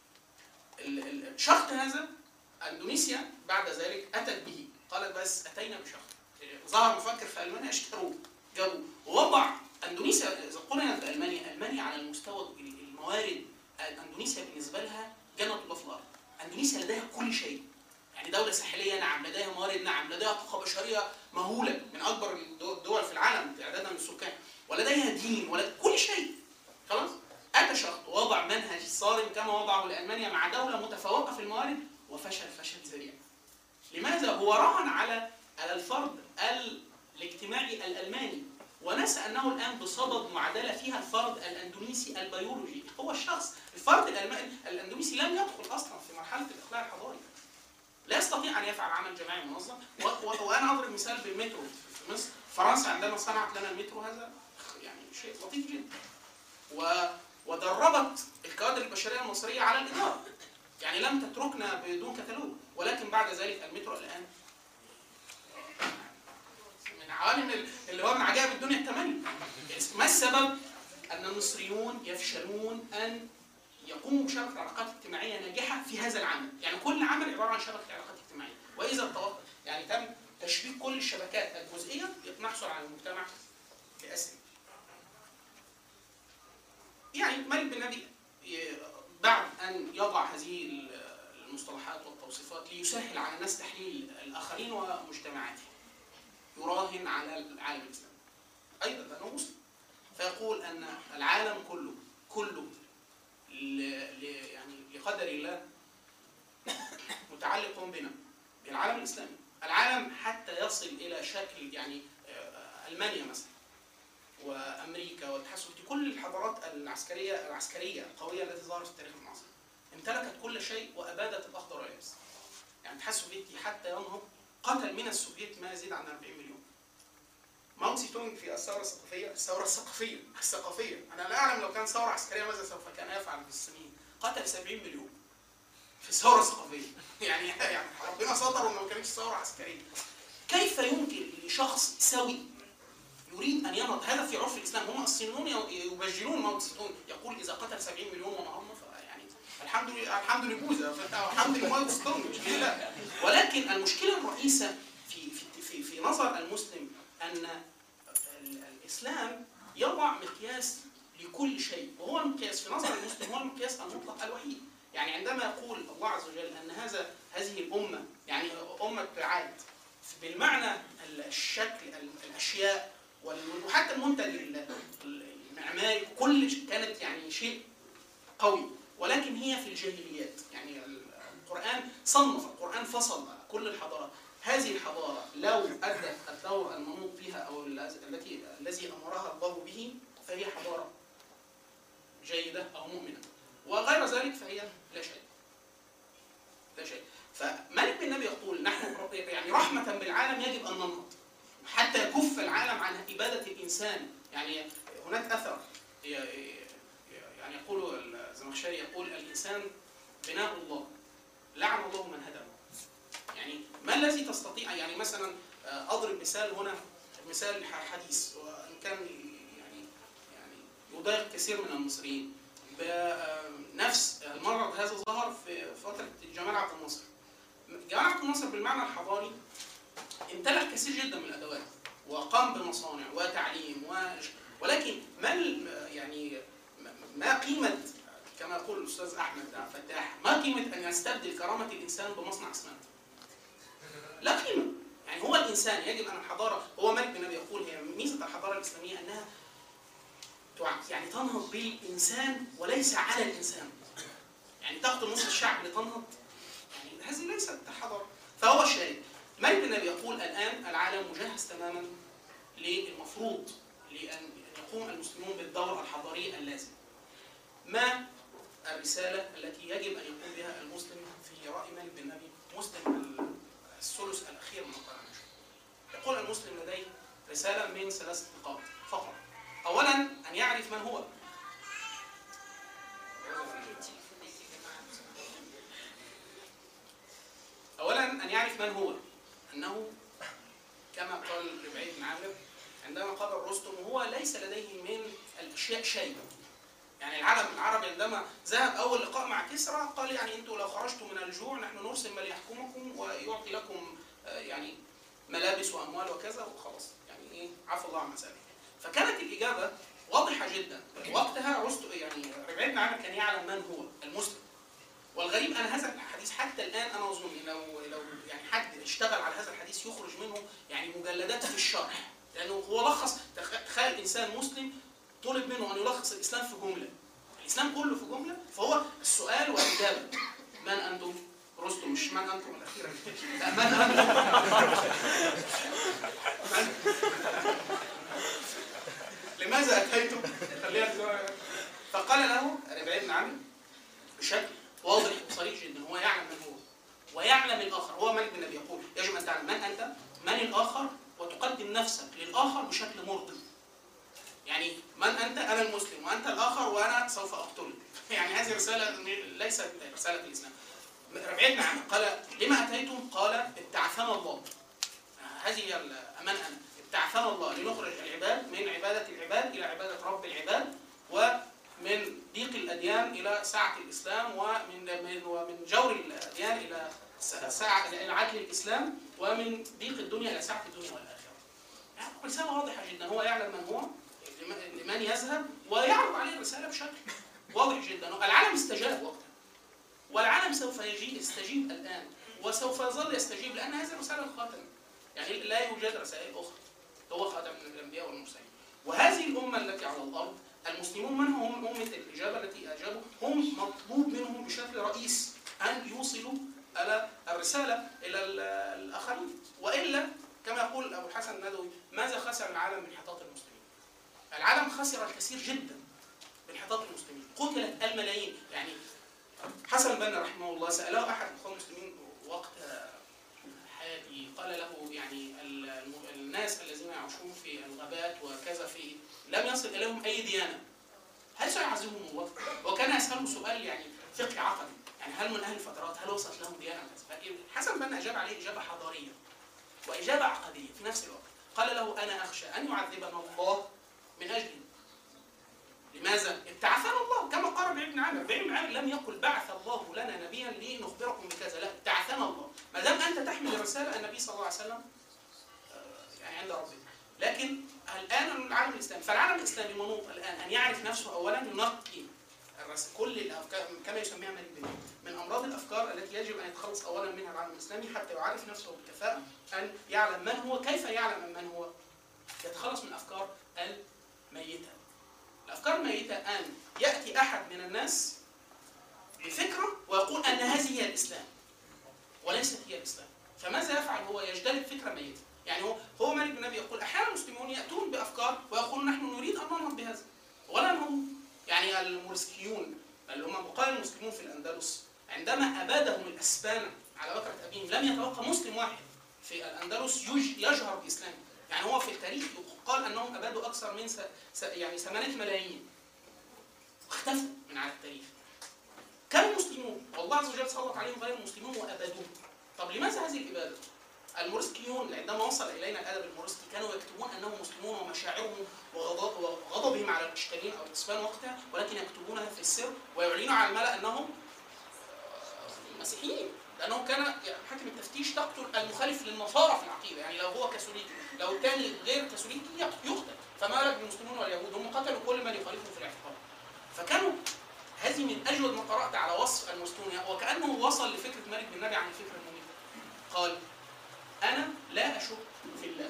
S2: الشخط هذا اندونيسيا بعد ذلك اتت به، قالت بس اتينا بشخط. ظهر مفكر في المانيا اشتروه جابوه ووضع اندونيسيا. اذا قلنا بالمانيا، المانيا على المستوى الموارد اندونيسيا بالنسبه لها جنه الله في الارض. اندونيسيا لديها كل شيء، يعني دوله ساحليه نعم، لديها موارد نعم، لديها طاقه بشريه مهوله من اكبر الدول في العالم تعدادا من السكان، ولديها دين ولديها كل شيء. خلاص؟ اتى شخص ووضع منهج صارم كما وضعه لالمانيا مع دوله متفوقه في الموارد وفشل فشل ذريع. لماذا؟ هو راهن على على الفرد الاجتماعي الالماني، ونسى انه الان بصدد معادله فيها الفرد الاندونيسي البيولوجي. هو الشخص الفرد الالماني الاندونيسي لم يدخل اصلا في مرحله الاقلاع الحضاري، لا يستطيع ان يفعل عمل جماعي منظم. وانا اضرب مثال بالمترو في مصر. فرنسا عندما صنعت لنا المترو هذا يعني شيء لطيف جدا، و ودربت الكوادر البشريه المصريه على الاداره، يعني لم تتركنا بدون كتالوج. ولكن بعد ذلك المترو الان من عوالم اللي هو من عجائب الدنيا الثمانيه. ما السبب؟ ان المصريون يفشلون ان يقوموا بشبكه علاقات اجتماعيه ناجحه في هذا العمل. يعني كل عمل عباره عن شبكه علاقات اجتماعيه، واذا التوقف يعني تم تشبيك كل الشبكات الجزئيه نحصل على المجتمع باسره. يعني مالك بن نبي بعد ان يضع هذه المصطلحات والتوصيفات ليسهل على الناس تحليل الاخرين ومجتمعاتهم، يراهن على العالم الاسلامي ايضا لانه مسلم، فيقول ان العالم كله كله يعني لقدر الله متعلق بنا، بالعالم الاسلامي. العالم حتى يصل الى شكل يعني المانيا مثلا وامريكا والاتحاد السوفيتي، كل الحضارات العسكريه العسكريه القويه التي ظهرت في التاريخ المعاصر امتلكت كل شيء وابادت الاخضر واليابس. يعني الاتحاد السوفيتي حتى ينهض قتل من السوفيت ما يزيد عن أربعين مليون. ماو تسي تونغ في الثوره الثقافيه، الثوره الثقافيه الثقافيه انا لا اعلم لو كان ثوره عسكريه ماذا سوف كان يفعل بالسنين. قتل سبعين مليون في الثوره الثقافيه. يعني يعني ربنا ستر انه ما كانتش ثوره عسكريه. كيف يمكن لشخص سوي يريد ان ينهض؟ هذا في عرف الاسلام. هم الصينيون يبجلون ماو تسي تونغ، يقول اذا قتل سبعين مليون وما يعني الحمد لله الحمد لبوذا الحمد لماو تسي تونغ مش لله. ولكن المشكله الرئيسه في في في, في نظر المسلم ان الاسلام يضع مقياس لكل شيء، وهو المقياس في نظر المسلم هو المقياس المطلق الوحيد. يعني عندما يقول الله عز وجل ان هذا هذه الامه يعني امه عاد بالمعنى الشكل الاشياء وحتى المنتج المعماري كل كانت يعني شيء قوي، ولكن هي في الجاهليات. يعني القرآن صنف، القرآن فصل كل الحضارات. هذه الحضارة لو أدت الدور المنوط بها أو التي الذي أمرها الله به فهي حضارة جيدة أو مؤمنة، وغير ذلك فهي لا شيء. لا شيء. فمالك بن نبي يقول نحن يعني رحمة بالعالم يجب أن ننهض حتى يكف العالم عن إبادة الإنسان. يعني هناك أثر يعني يقول الزمخشري يقول الإنسان بناء الله، لعن الله من هدمه. يعني ما الذي تستطيع؟ يعني مثلا أضرب مثال هنا، مثال حديث وإن كان يعني يعني يضايق كثير من المصريين. بنفس المرض هذا ظهر في فترة جمال عبد الناصر. جمال عبد الناصر بالمعنى الحضاري امتلك كثير جدا من الأدوات وقام بمصانع وتعليم و... ولكن ما يعني ما قيمة كما يقول الأستاذ أحمد فتاح، ما قيمة أن يستبدل كرامة الإنسان بمصنع أسمنت؟ لا قيمة. يعني هو الإنسان يجب أن الحضارة، هو مالك بن نبي يقول هي ميزة الحضارة الإسلامية أنها يعني تنهض بالإنسان وليس على الإنسان. يعني تقتل نصف الشعب لتنهض، يعني هذه ليست حضارة. فهو الشاهد مالك بن نبي يقول الآن العالم مجهز تماما للمفروض لأن يقوم المسلمون بالدور الحضاري اللازم. ما الرسالة التي يجب أن يقوم بها المسلم في رأي مالك بن نبي مسلم الثلث الأخير من القرن العشرين؟ يقول المسلم لديه رسالة من ثلاث نقاط فقط. أولا أن يعرف من هو. أولا أن يعرف من هو، أنه كما قال ربعي بن عامر عندما قال رستم هو ليس لديه من الأشياء شيء. يعني العالم العربي عندما ذهب أول لقاء مع كسرى قال يعني أنتم لو خرجتم من الجوع نحن نرسل من يحكمكم ويعطي لكم يعني ملابس وأموال وكذا وخلاص، يعني إيه عفى الله عن ذلك. فكانت الإجابة واضحة جدا. وقتها رستم يعني ربعي بن عامر كان يعلم من هو المسلم. والغريب أن هذا الحديث حتى الآن أنا أظن لو لو يعني حد اشتغل على هذا الحديث يخرج منه يعني مجلدات في الشرح، لأنه هو لخص. تخيل إنسان مسلم طلب منه أن يلخص الإسلام في جملة، الإسلام كله في جملة، فهو السؤال والإجابة من أنتم؟ رستم، مش من أنتم الأخيرة، لا من أنتم؟ لماذا أتيتم؟ فقال له ربعي بن عامر بشكل واضح وصريح جدا، هو يعلم من هو ويعلم الآخر. هو مالك بن نبي يقول يجب أن تعلم من أنت، من الآخر، وتقدم نفسك للآخر بشكل مرضي. يعني من أنت؟ أنا المسلم، وأنت الآخر وأنا سوف أقتلك. يعني هذه رسالة ليست رسالة الإسلام. ربعي بن عامر قال لما أتيتم؟ قال ابتعثنا الله. هذه هي أمان أنا، ابتعثنا الله لنخرج العباد من عبادة العباد إلى عبادة رب العباد، ومن ضيق الأديان إلى سعة الإسلام، ومن من ومن جور الأديان إلى سعة إلى عدل الإسلام، ومن ضيق الدنيا إلى سعة الدنيا والآخرة. يعني رسالة واضحة جدا، هو يعلم من هو، لمن يذهب، ويعرض عليه الرسالة بشكل واضح جدا. العالم استجاب وقتها، والعالم سوف يجي يستجيب الآن، وسوف يظل يستجيب، لأن هذه الرسالة الخاتمة. يعني لا يوجد رسائل أخرى، هو خاتم من الأنبياء والمرسلين. وهذه الأمة التي على الأرض، المسلمون من هم أمة الإجابة التي أجابوا، هم مطلوب منهم بشكل رئيس أن يوصلوا على الرسالة إلى الآخرين، وإلا كما يقول أبو الحسن الندوي ماذا خسر العالم بانحطاط المسلمين؟ العالم خسر الكثير جدا بانحطاط المسلمين، قتلت الملايين. يعني حسن البنا رحمه الله سأله أحد الأخوة المسلمين وقت حياته، قال له يعني الناس الذين يعيشون في الغابات وكذا في لم يصل إليهم أي ديانة، هل سيعذبهم الله؟ وكان يسأله سؤال يعني فقهي عقدي، يعني هل من أهل الفترات هل وصلت لهم ديانة؟ حسن البنا أجاب عليه إجابة حضارية وإجابة عقدية في نفس الوقت. قال له أنا أخشى أن يعذبنا الله من أجل لماذا؟ ابتعثنا الله، كما قال ربيع بن عامر. ربيع بن عامر لم يقل بعث الله لنا نبيا لنخبركم بكذا، لا، ابتعثنا الله. ما دام أنت تحمل الرسالة، النبي صلى الله عليه وسلم يعني عند ربنا. لكن الآن العالم الإسلامي، فالعالم الإسلامي منوط الآن أن يعرف نفسه أولا، ينقي كل الأفكار كما يسميها مالك بن من أمراض الأفكار التي يجب أن يتخلص أولا منها العالم الإسلامي حتى يعرف نفسه بكفاءة، أن يعلم من هو. كيف يعلم من هو؟ يتخلص من الأفكار الميتة. الأفكار الميتة أن يأتي أحد من الناس بفكرة ويقول أن هذه هي الإسلام وليست هي الإسلام. فماذا يفعل هو؟ يجتلب فكرة ميتة. يعني هو هو مالك بن نبي يقول أحيانا المسلمون يأتون بأفكار ويقولون نحن نريد أن ننهض بهذا، ولا هم يعني المورسكيون اللي هم بقايا المسلمون في الأندلس عندما أبادهم الأسبان على بكرة أبيهم لم يتبقى مسلم واحد في الأندلس يجهر بإسلامه. يعني هو في التاريخ قال أنهم أبادوا أكثر من س... س... يعني ثمانية ملايين، اختفوا من على التاريخ. كانوا مسلمون والله عز وجل سلط عليهم غير المسلمون وأبادوهم. طب لماذا هذه الإبادة؟ المورسكيون عندما وصل إلينا الأدب المورسكي كانوا يكتبون أنهم مسلمون ومشاعرهم وغضبهم على الإشكاليين أو الإسبان وقتها، ولكن يكتبونها في السر ويعلنوا على الملأ أنهم مسيحيين، لأنه كان حاكم التفتيش تقتل المخالف للنصارى في العقيدة. يعني لو هو كاثوليكي، لو الثاني غير كاثوليكي يقتل، فما بالك بالمسلمون واليهود؟ هم قتلوا كل من يخالفهم في الاعتقاد. فكانوا هذه من أجود ما قرأت على وصف المسلمون، وكأنه وصل لفكرة مالك بن نبي عن الفكرة المميتة. قال أنا لا أشك في الله.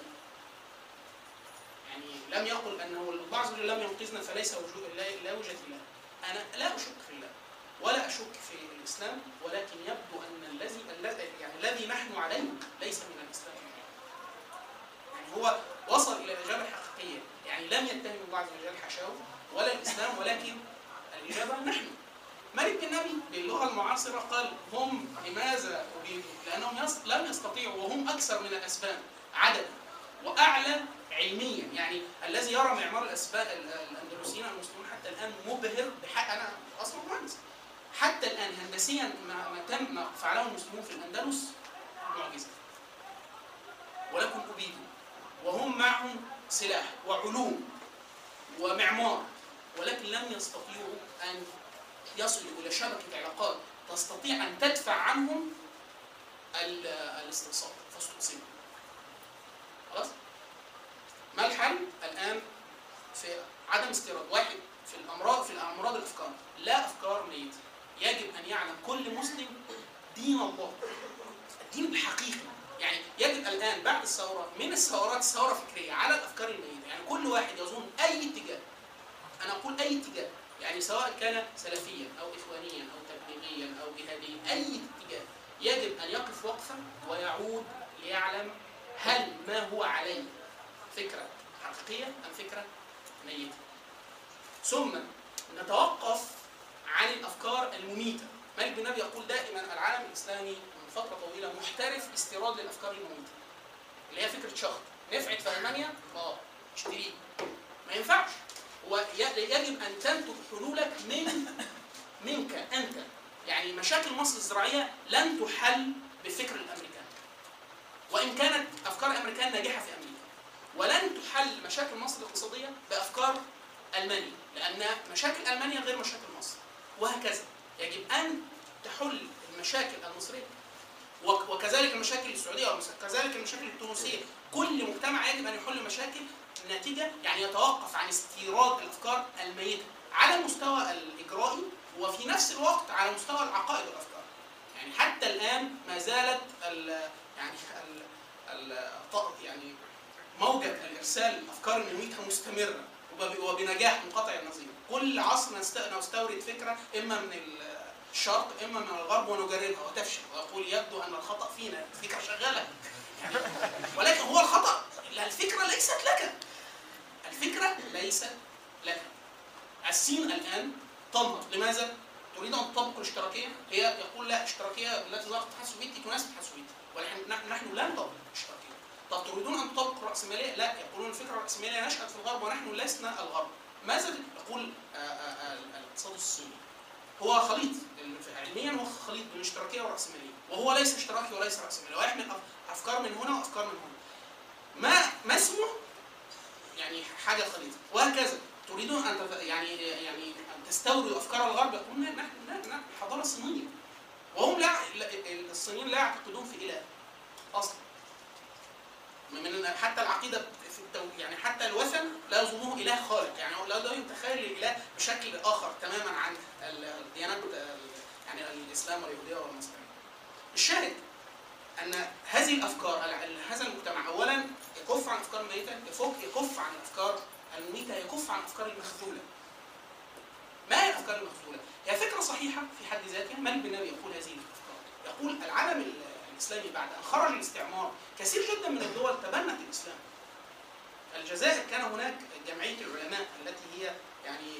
S2: يعني لم يقل أنه الله عز وجل لم ينقذنا فليس وجود الله، لا يوجد الله. أنا لا أشك في الله ولا أشك في الإسلام، ولكن يبدو أن الذي يعني الذي نحن عليه ليس من الإسلام. يعني هو وصل إلى الإجابة الحقيقية، يعني لم يتهم الله عز وجل حاشاه ولا الاسلام، ولكن الاجابه نحن. مالك بن نبي باللغه المعاصره قال هم لماذا ابيدوا؟ لانهم يص... لم يستطيعوا، وهم اكثر من الاسبان عددا واعلى علميا. يعني الذي يرى معمار الاسبان الاندلسيين المسلمون حتى الان مبهر بحق. انا اصلا مهندس، حتى الان هندسيا ما, ما تم ما فعله المسلمون في الاندلس معجزه، ولكن ابيدوا وهم معهم سلاح وعلوم ومعمار، ولكن لم يستطيعوا ان يصلوا الى شبكه علاقات تستطيع ان تدفع عنهم الاستقصاء، فاستقسموا. خلاص؟ ما الحل؟ الان في عدم استيراد واحد في الامراض في الامراض الافكار، لا افكار ميته. يجب ان يعلم كل مسلم دين الله، الدين الحقيقي. يعني يجب الان بعد الثوره من الثورات الثوره فكريه على الافكار الميته، يعني كل واحد يظن اي اتجاه، انا اقول اي اتجاه، يعني سواء كان سلفيا او اخوانيا او تبليغيا او جهاديا، اي اتجاه يجب ان يقف وقفه ويعود ليعلم هل ما هو عليه فكره حقيقيه ام فكره ميته. ثم نتوقف عن الافكار المميته. مالك بن نبي يقول دائما العالم الاسلامي من فتره طويله محترف استيراد للافكار المميته، اللي هي فكره شخص نفعت في المانيا اه اشتريه، ما ينفعش. ويجب ان تنتج حلولك من منك انت. يعني مشاكل مصر الزراعيه لن تحل بفكر الامريكان، وان كانت افكار الامريكان ناجحه في امريكا، ولن تحل مشاكل مصر الاقتصاديه بافكار المانيا، لان مشاكل المانيا غير مشاكل مصر، وهكذا. يجب ان تحل المشاكل المصريه وكذلك المشاكل السعوديه وكذلك المشاكل التونسيه. كل مجتمع يجب ان يحل مشاكل ناتجه، يعني يتوقف عن استيراد الافكار الميته على المستوى الاجرائي، وفي نفس الوقت على مستوى العقائد والافكار. يعني حتى الان ما زالت ال يعني ال ال يعني موجه الارسال الافكار المميته مستمره وبنجاح منقطع النظير. كل عصر نستورد فكره اما من الشرق اما من الغرب ونجربها وتفشل، ويقول يبدو ان الخطا فينا، الفكره شغاله يعني، ولكن هو الخطا الفكره ليست لك، الفكره ليست لك. الصين الان تنهض، لماذا؟ تريد ان تطبق الاشتراكيه، هي يقول لا، اشتراكيه التي ظهرت في الاتحاد السوفيتي تناسب الاتحاد السوفيتي، ولكن نحن لن نطبق الاشتراكيه. طب تريدون ان تطبقوا الراسماليه؟ لا، يقولون الفكره الراسماليه نشات في الغرب ونحن لسنا الغرب. ماذا يقول الاقتصاد الصيني؟ هو خليط علميا، هو خليط بين الاشتراكيه والراسماليه، وهو ليس اشتراكي وليس راسمالي، ويحمل افكار من هنا وافكار من هنا. ما ما اسمه يعني حاجه خليطه، وهكذا. تريدون ان يعني يعني ان تستوردوا افكار الغرب، يقولون نحن نحن حضاره صينيه، وهم لا، الصينيين لا يعتقدون في اله اصلا. من حتى العقيده في التو... يعني حتى الوثن لا يظنوه اله خالق، يعني لا لا يتخيل الاله بشكل اخر تماما عن الديانات، يعني الاسلام واليهوديه والنصرانيه. الشاهد ان هذه الافكار، هذا المجتمع اولا يكف عن افكار ميته، يكف عن الافكار المميته، يكف عن الافكار المخذوله. ما هي الافكار المخذوله؟ هي فكره صحيحه في حد ذاتها. مالك بن نبي يقول هذه الافكار، يقول العالم الاسلامي بعد ان خرج الاستعمار كثير جدا من الدول تبنت الاسلام. الجزائر كان هناك جمعيه العلماء التي هي يعني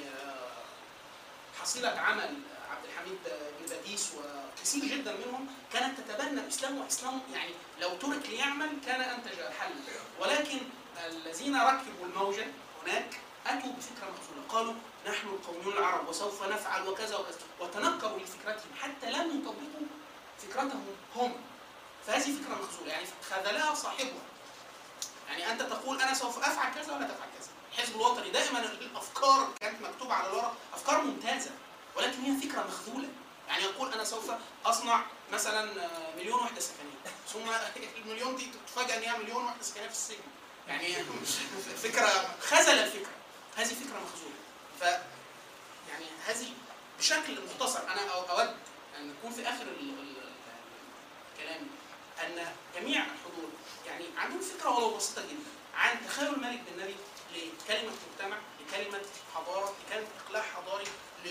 S2: حصيله عمل عبد الحميد بن باديس، وكثير جدا منهم كانت تتبنى الاسلام، واسلام يعني لو ترك ليعمل كان انتج الحل. ولكن الذين ركبوا الموجه هناك اتوا بفكره مخزونه، قالوا نحن القوميون العرب وسوف نفعل وكذا وكذا، وتنكروا لفكرتهم حتى لم يطبقوا فكرتهم هم. فهذه فكره مخزونه، يعني خذلها صاحبها. يعني انت تقول انا سوف افعل كذا ولا تفعل كذا. الحزب الوطني دائما الافكار كانت مكتوبه على الورق، افكار ممتازه، ولكن هي فكره مخذوله. يعني يقول انا سوف اصنع مثلا مليون وحده سكنيه، ثم المليون دي تفاجئ ان هي مليون وحده سكنيه في السجن. يعني فكره خذل الفكره، هذه فكره مخذوله. ف يعني هذه بشكل مختصر انا اود ان يكون في اخر الكلام ان جميع الحضور يعني عندهم فكره ولو بسيطه جدا عن تخيل مالك بن نبي لكلمه مجتمع، لكلمه حضاره، لكلمه اقلاع حضاري،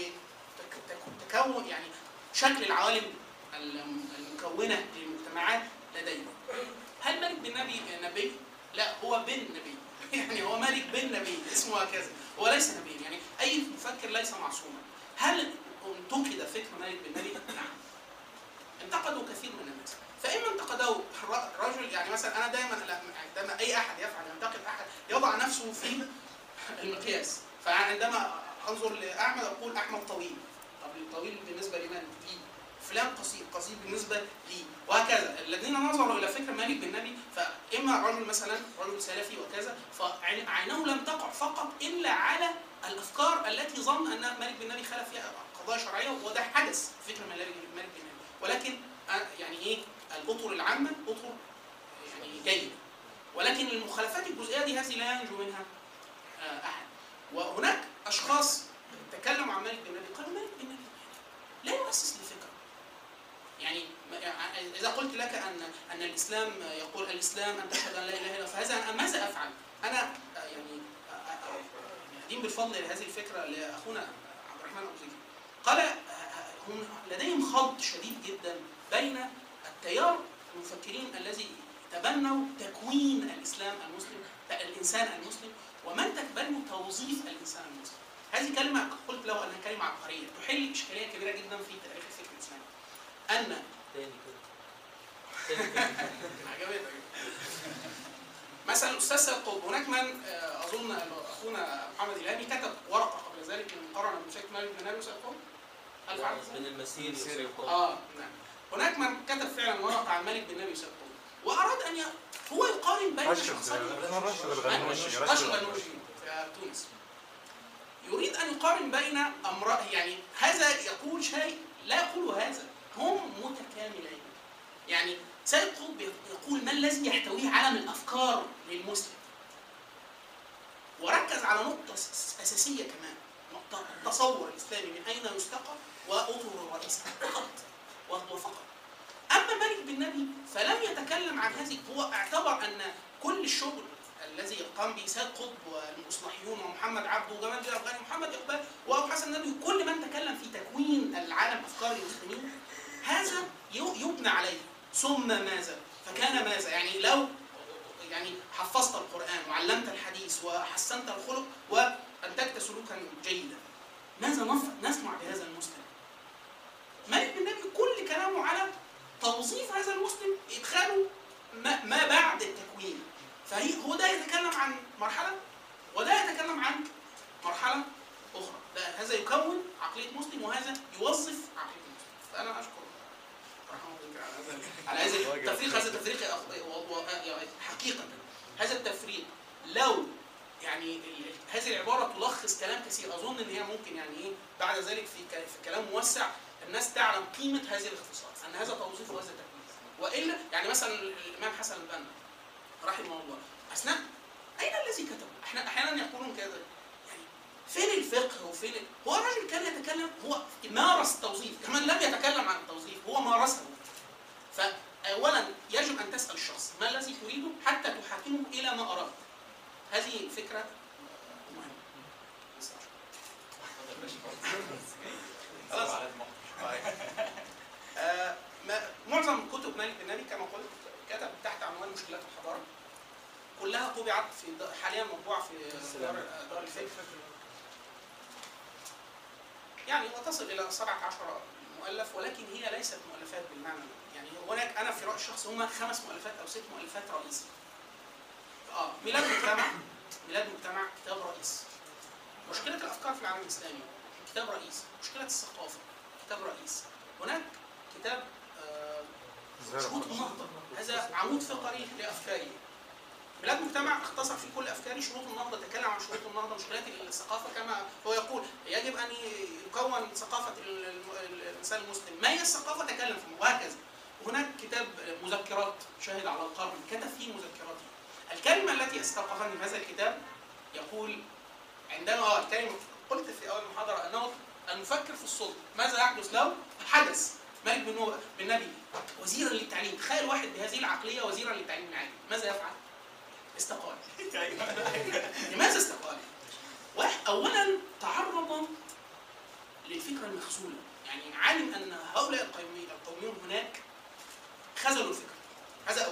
S2: لتكون يعني شكل العوالم المكونه للمجتمعات لديهم. هل مالك بن نبي نبي؟ لا هو بن نبي يعني هو مالك بن نبي اسمه هكذا، هو ليس نبيا. يعني اي مفكر ليس معصوما. هل انتقد فكر مالك بن نبي؟ نعم. انتقدوا كثير من الناس. فاما انتقدوا رجل، يعني مثلا انا دايما عندما اي احد يفعل ينتقد احد يضع نفسه في المقياس. فعندما انظر لاحمد اقول احمد طويل، طب الطويل بالنسبه لمن؟ لي. فلان قصير، قصير بالنسبه لي، وهكذا. الذين نظروا الى فكر مالك بن نبي فاما رجل مثلا رجل سلفي وكذا، فعينه لم تقع فقط الا على الافكار التي ظن ان مالك بن نبي خالف فيها قضايا شرعيه، وده حدث فكر مالك بن نبي. ولكن يعني ايه الاطر العامه اطر يعني جيده، ولكن المخالفات الجزئيه دي هذه لا ينجو منها احد. وهناك اشخاص تكلموا عن مالك بن نبي قالوا مالك بن نبي لا يؤسس لفكره. يعني اذا قلت لك ان ان الاسلام يقول الاسلام ان تشهد ان لا اله الا الله، فهذا ماذا افعل؟ انا يعني ادين بالفضل لهذه الفكره لاخونا عبد الرحمن ابو زكي، قال هم لديهم خلط شديد جدا بين التيار المفكرين الذي تبنوا تكوين الاسلام المسلم، الانسان المسلم، ومن تتبنوا توظيف الانسان المسلم. هذه كلمه قلت له انها كلمه عبقريه تحل اشكاليه كبيره جدا في تاريخ الفكر الاسلامي. ان
S4: تاني كده
S2: عجبتك مثلا الاستاذ سيد قطب، هناك من اظن اخونا محمد الهامي كتب ورقه قبل ذلك مقارنه بين شيخ مالك بن نبي وسيد قطب. هل فعلت
S4: من المسيري
S2: اه نعم. هناك من كتب فعلا ورقه عن مالك بن نبي وسيد قطب، واراد ان ي... هو يقارن بين شخصين.
S5: رشد الغنوشي
S2: رشد الغنوشي في تونس يريد ان يقارن بين امرأة، يعني هذا يقول شيء لا يقول هذا، هم متكاملين. يعني سيد قطب يقول ما الذي يحتويه عالم الافكار للمسلم، وركز على نقطه اساسيه كمان، نقطه التصور الاسلامي من اين يستقى واطر الرئيس فقط وفقط. اما مالك بن نبي فلم يتكلم عن هذه، هو اعتبر ان كل الشغل الذي قام به سيد قطب والمصلحيون ومحمد عبده وجمال الدين الافغاني ومحمد اقبال وابو حسن الندوي، كل من تكلم في تكوين العالم افكار المسلمين هذا يبنى عليه. ثم ماذا؟ فكان ماذا؟ يعني لو يعني حفظت القرآن وعلمت الحديث وحسنت الخلق وأنتجت سلوكا جيدا، ماذا نصنع بهذا المسلم؟ مالك بن نبي كل كلامه على توظيف هذا المسلم، إدخاله ما, ما بعد التكوين. فهي هو ده يتكلم عن مرحلة وده يتكلم عن مرحلة أخرى. ده هذا يكون عقلية مسلم وهذا يوظف عقلية مسلم. فأنا أشكر على هذا التفريق. هذا التفريق حقيقة هذا التفريق لو يعني هذه العبارة تلخص كلام كثير، أظن إن هي ممكن يعني إيه بعد ذلك في في كلام موسع الناس تعلم قيمة هذه الاختصاص، أن هذا توظيف وهذا تكوين. وإلا يعني مثلا الإمام حسن البنا رحمه الله أثناء أين الذي كتب؟ إحنا أحيانا يقولون كذا، يعني فين الفقه وفين ال... هو الرجل كان يتكلم، هو مارس التوظيف، كمان لم يتكلم عن التوظيف، هو مارسه. فأولا يجب أن تسأل الشخص ما الذي تريده حتى تحاكمه إلى ما أراد. هذه فكرة مهمة. آه معظم كتب مالك بن نبي كما قلت كتب تحت عنوان مشكلات الحضارة، كلها طبعت في حاليا مطبوعة في دار دار الفكر، يعني وتصل إلى سبعة عشر مؤلف، ولكن هي ليست مؤلفات بالمعنى. يعني هناك انا في رايي الشخصي هم خمس مؤلفات او ست مؤلفات رئيسي. اه ميلاد مجتمع، ميلاد مجتمع كتاب رئيسي. مشكله الافكار في العالم الاسلامي كتاب رئيسي. مشكله الثقافه كتاب رئيسي. هناك كتاب آه شروط النهضه، هذا عمود فقري لافكاري. ميلاد مجتمع اختصر في كل افكاري. شروط النهضه تكلم عن شروط النهضه، مشكلات الثقافه كما هو يقول يجب ان يكون ثقافه الانسان المسلم، ما هي الثقافه تكلم فيه وهكذا. وهناك كتاب مذكرات شاهد على القرن كتب فيه مذكراته. الكلمه التي استوقفني في هذا الكتاب يقول عندما اه الكلمه قلت في اول المحاضره انه المفكر في السلطه ماذا يحدث لو حدث مالك بن نبي وزيرا للتعليم. تخيل واحد بهذه العقليه وزيرا للتعليم العالي، ماذا يفعل؟ استقال. لماذا استقال؟ اولا تعرض للفكره المخزوله، يعني علم ان هؤلاء القوميون القوميون هناك خذلوا الفكره، هذا اولا.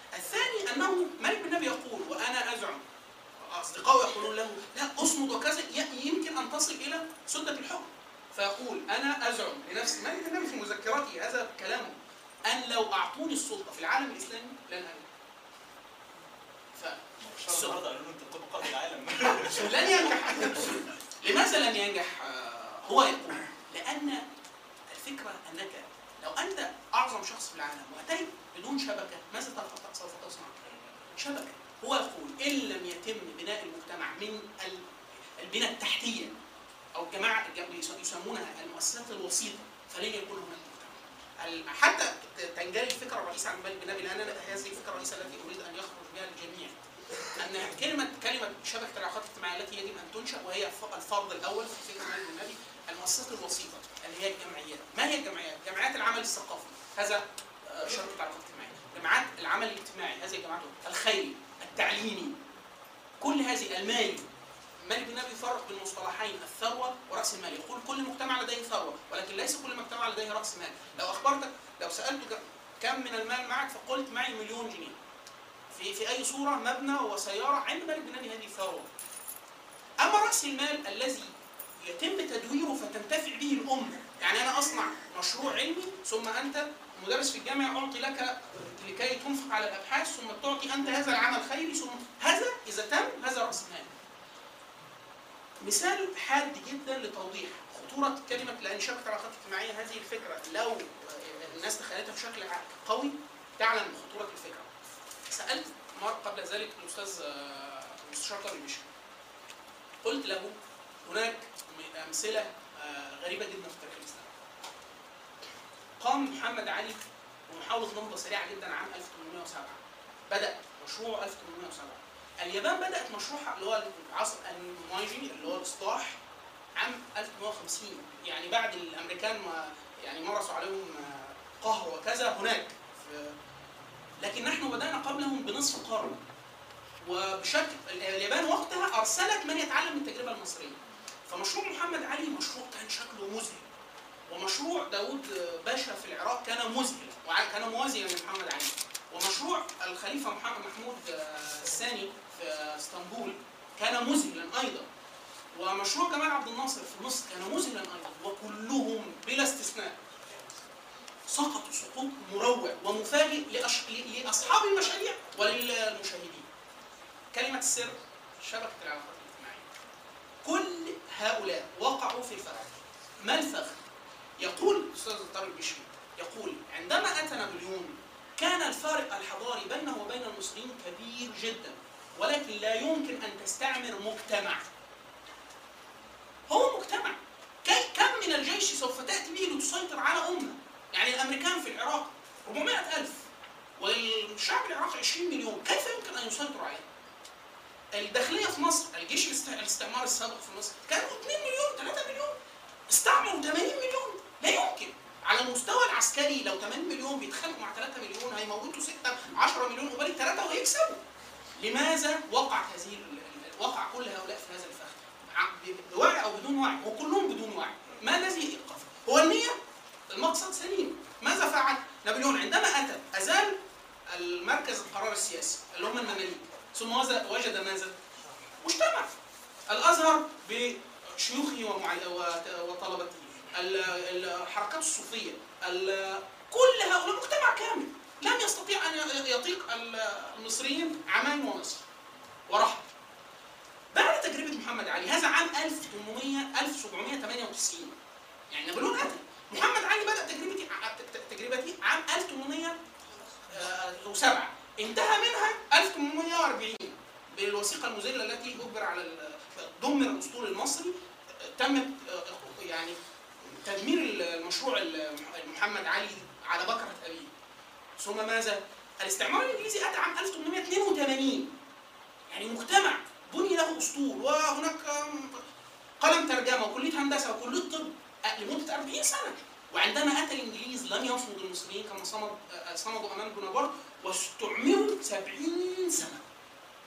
S2: الثاني انه مالك بن نبي يقول وانا ازعم، اصدقائه يقولون له لا اصمد وكذا، يمكن ان تصل الى سده الحكم، فيقول انا ازعم لنفسي، مالك بن نبي في مذكراته هذا كلامه، ان لو اعطوني السلطه في العالم الاسلامي لن انجح. ف
S1: النهارده قالوا له انت بتبقى قائد العالم.
S2: لن ينجح. لماذا لن ينجح؟ هو يقول لان الفكره انك لو انت اعظم شخص في العالم واتيت بدون شبكه ماذا سوف تصنع؟ شبكه. هو يقول ان لم يتم بناء المجتمع من البنى التحتيه او الجماعه يسمونها المؤسسات الوسيطه فلن يكون هناك مجتمع. حتى تنجلي الفكره الرئيسيه عن مالك بن نبي، لان هذه الفكره الرئيسيه التي اريد ان يخرج بها الجميع، ان كلمه كلمه شبكه العلاقات الاجتماعيه التي يجب ان تنشا، وهي الفرض الاول في فكره مالك بن نبي، المؤسسات الوسيطه اللي هي الجمعيات. ما هي الجمعيات؟ جمعيات العمل الثقافي، هذا شبكه العلاقات الاجتماعيه. جماعات العمل الاجتماعي، هذه الجماعات الخيري، التعليمي، كل هذه المالي. مالك بن نبي يفرق بين مصطلحين الثروه وراس المال، يقول كل مجتمع لديه ثروه ولكن ليس كل مجتمع لديه راس مال. لو اخبرتك، لو سالتك كم من المال معك فقلت معي مليون جنيه، في في اي صوره مبنى وسياره، عند مالك بن نبي هذه ثروه. اما راس المال الذي يتم تدويره فتنتفع به الامه، يعني انا اصنع مشروع علمي ثم انت مدرس في الجامعه اعطي لك لكي تنفق على الابحاث ثم تعطي انت هذا العمل خيري، ثم هذا اذا تم هذا راس مال. مثال حاد جدا لتوضيح خطوره كلمه، لان شبكه العلاقات الاجتماعيه هذه الفكره لو الناس تخيلتها بشكل قوي تعلم بخطوره الفكره. سالت مره قبل ذلك الاستاذ المستشار طارق البشري، قلت له هناك امثله غريبه جدا في تاريخ الاسلام. قام محمد علي بمحاوله نهضه سريعه جدا عام ألف وثمانمائة وسبعة، بدا مشروعه ألف وثمانمائة وسبعة. اليابان بدات مشروعها اللي هو العصر الموايجي اللي هو الاصلاح عام ألف وثمانمائة وخمسين، يعني بعد الامريكان ما يعني مارسوا عليهم قهر وكذا هناك، لكن نحن بدانا قبلهم بنصف قرن. وبشكل اليابان وقتها ارسلت من يتعلم من التجربه المصريه. فمشروع محمد علي مشروع كان شكله مذهل، ومشروع داوود باشا في العراق كان مذهل وكان موازيا لمحمد علي، ومشروع الخليفه محمد محمود الثاني في اسطنبول كان مذهلا ايضا، ومشروع جمال عبد الناصر في مصر كان مذهلا ايضا، وكلهم بلا استثناء سقطوا سقوط مروع ومفاجئ لاصحاب المشاريع وللمشاهدين. كلمه السر شبكه العلاقات الاجتماعيه. كل هؤلاء وقعوا في الفخ. ما الفخ؟ يقول الاستاذ طارق البشري، يقول عندما اتى نابليون كان الفارق الحضاري بينه وبين المصريين كبير جدا، ولكن لا يمكن ان تستعمر مجتمع. هو مجتمع. كم من الجيش سوف تاتي به لتسيطر على امه؟ يعني الامريكان في العراق أربعمائة ألف والشعب العراقي عشرين مليون، كيف يمكن ان يسيطروا عليه؟ الداخليه في مصر، الجيش الاستعمار السابق في مصر كانوا اثنين مليون ثلاثة مليون، استعمروا ثمانين مليون. لا يمكن. على المستوى العسكري لو ثمانين مليون بيتخانقوا مع ثلاثة مليون هيموتوا ستة عشرة مليون وبالك ثلاثة ويكسبوا. لماذا وقعت هذه وقع كل هؤلاء في هذا الفخ؟ بوعي او بدون وعي، وكلهم بدون وعي. ما الذي ايقف؟ هو النيه، المقصد سليم. ماذا فعل نابليون عندما اتى؟ ازال المركز القرار السياسي اللي هم المماليك، ثم وجد ماذا؟ مجتمع. الازهر بشيوخه وطلبته، الحركات الصوفيه، كل هؤلاء مجتمع كامل لم يستطيع ان يطيق المصريين عمان ومصر ورحل. بعد تجربه محمد علي، هذا عام ألف وسبعمائة وثمانية وتسعين، يعني نابليون اتى. محمد علي بدا تجربتي تجربتي عام ألف وثمانمائة وسبعة، انتهى منها ألف وثمانمائة وأربعين بالوثيقه المذله التي اجبر على دمر الاسطول المصري. تم يعني تدمير المشروع محمد علي على بكره ابيه. ثم ماذا؟ الاستعمار الانجليزي اتى عام ألف وثمانمائة واثنين وثمانين، يعني مجتمع بني له اسطول، وهناك قلم ترجمه وكليه هندسه وكليه طب لمده أربعين سنه. وعندما اتى الانجليز لم يصمد المصريين كما صمد صمدوا امام بونابرت، واستعمروا سبعين سنه.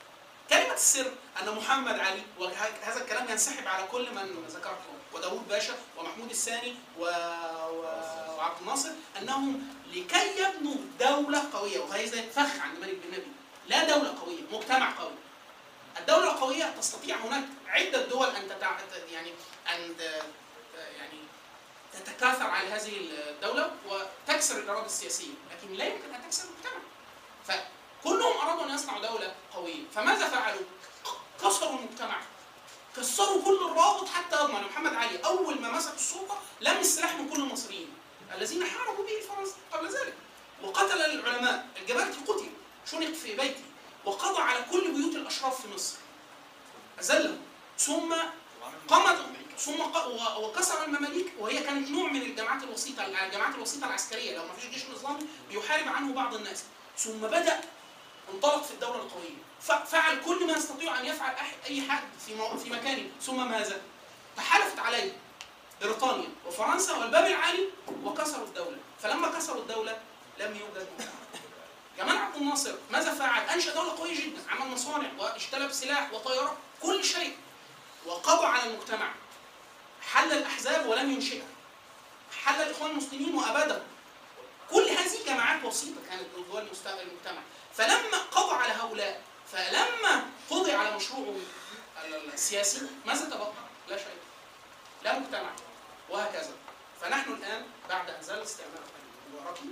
S2: كلمة السر أن محمد علي، وهذا الكلام ينسحب على كل من ذكرته، وداوود باشا ومحمود الثاني و... و... وعبد الناصر، أنهم لكي يبنوا دولة قوية، وهذا فخ عند مالك بن نبي، لا دولة قوية، مجتمع قوي. الدولة القوية تستطيع هناك عدة دول أن تتع... يعني أن يعني تتكاثر على هذه الدولة وتكسر الإرادة السياسية، لكن لا يمكن أن تكسر المجتمع. فكلهم أرادوا أن يصنعوا دولة قوية، فماذا فعلوا؟ كسروا المجتمع، كسروا كل الروابط حتى يضمن. محمد علي أول ما مسك السلطة لم السلاح من كل المصريين الذين حاربوا به الفرنسيين قبل ذلك، وقتل العلماء. الجبرتي قتل، شنق في بيته، وقضى على كل بيوت الأشراف في مصر، أذلهم، ثم قمد ثم وكسر المماليك، وهي كانت نوع من الجماعات الوسيطة، الجماعات الوسيطة العسكرية، لو ما فيش جيش نظامي بيحارب عنه بعض الناس. ثم بدأ انطلق في الدولة القوية، فعل كل ما يستطيع أن يفعل أي حد في في مكانه. ثم ماذا؟ تحالفت عليه بريطانيا وفرنسا والباب العالي وكسروا الدولة. فلما كسروا الدولة لم يوجد مجتمع. جمال عبد الناصر ماذا فعل؟ أنشأ دولة قوية جدا، عمل مصانع واشترى سلاح وطيارات، كل شيء، وقضى على المجتمع. حل الأحزاب ولم ينشئها، حل الإخوان المسلمين وأبادهم. كل هذه جماعات وسيطة كانت جوه المجتمع. فلما قضى على هؤلاء، فلما قضي على مشروعه السياسي، ماذا تبقى؟ لا شيء، لا مجتمع، وهكذا. فنحن الآن بعد أن زال الاستعمار الورقي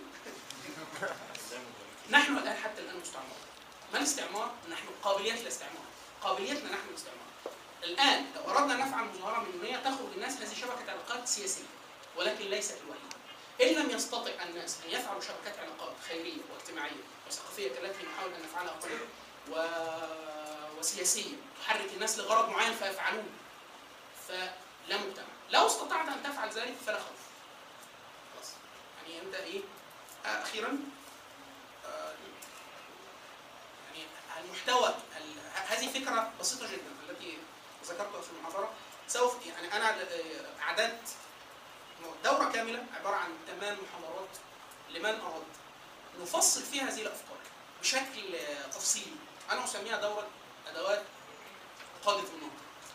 S2: نحن الآن حتى الآن مستعمر. ما الاستعمار؟ نحن قابليات الاستعمار، قابليتنا نحن الاستعمار. الآن لو أردنا أن نفعل مظاهرة مليونية تخرج الناس، هذه شبكة علاقات سياسية ولكن ليست الوحيدة. إن لم يستطع الناس أن يفعلوا شبكات علاقات خيرية واجتماعية وثقافية كالتي نحاول أن نفعلها قريبا و... وسياسية تحرك الناس لغرض معين فيفعلوه، فلا مجتمع. لو استطعت أن تفعل ذلك فلا خوف. خلاص. يعني أنت إيه؟ آه أخيرا آه يعني المحتوى ال... هذه فكرة بسيطة جدا التي ذكرتها في المحاضرة. سوف يعني أنا أعددت دورة كاملة عبارة عن ثمان محاضرات لمن أراد نفصل فيها هذه الأفكار بشكل تفصيلي. أنا أسميها دورة أدوات قادة النهضة.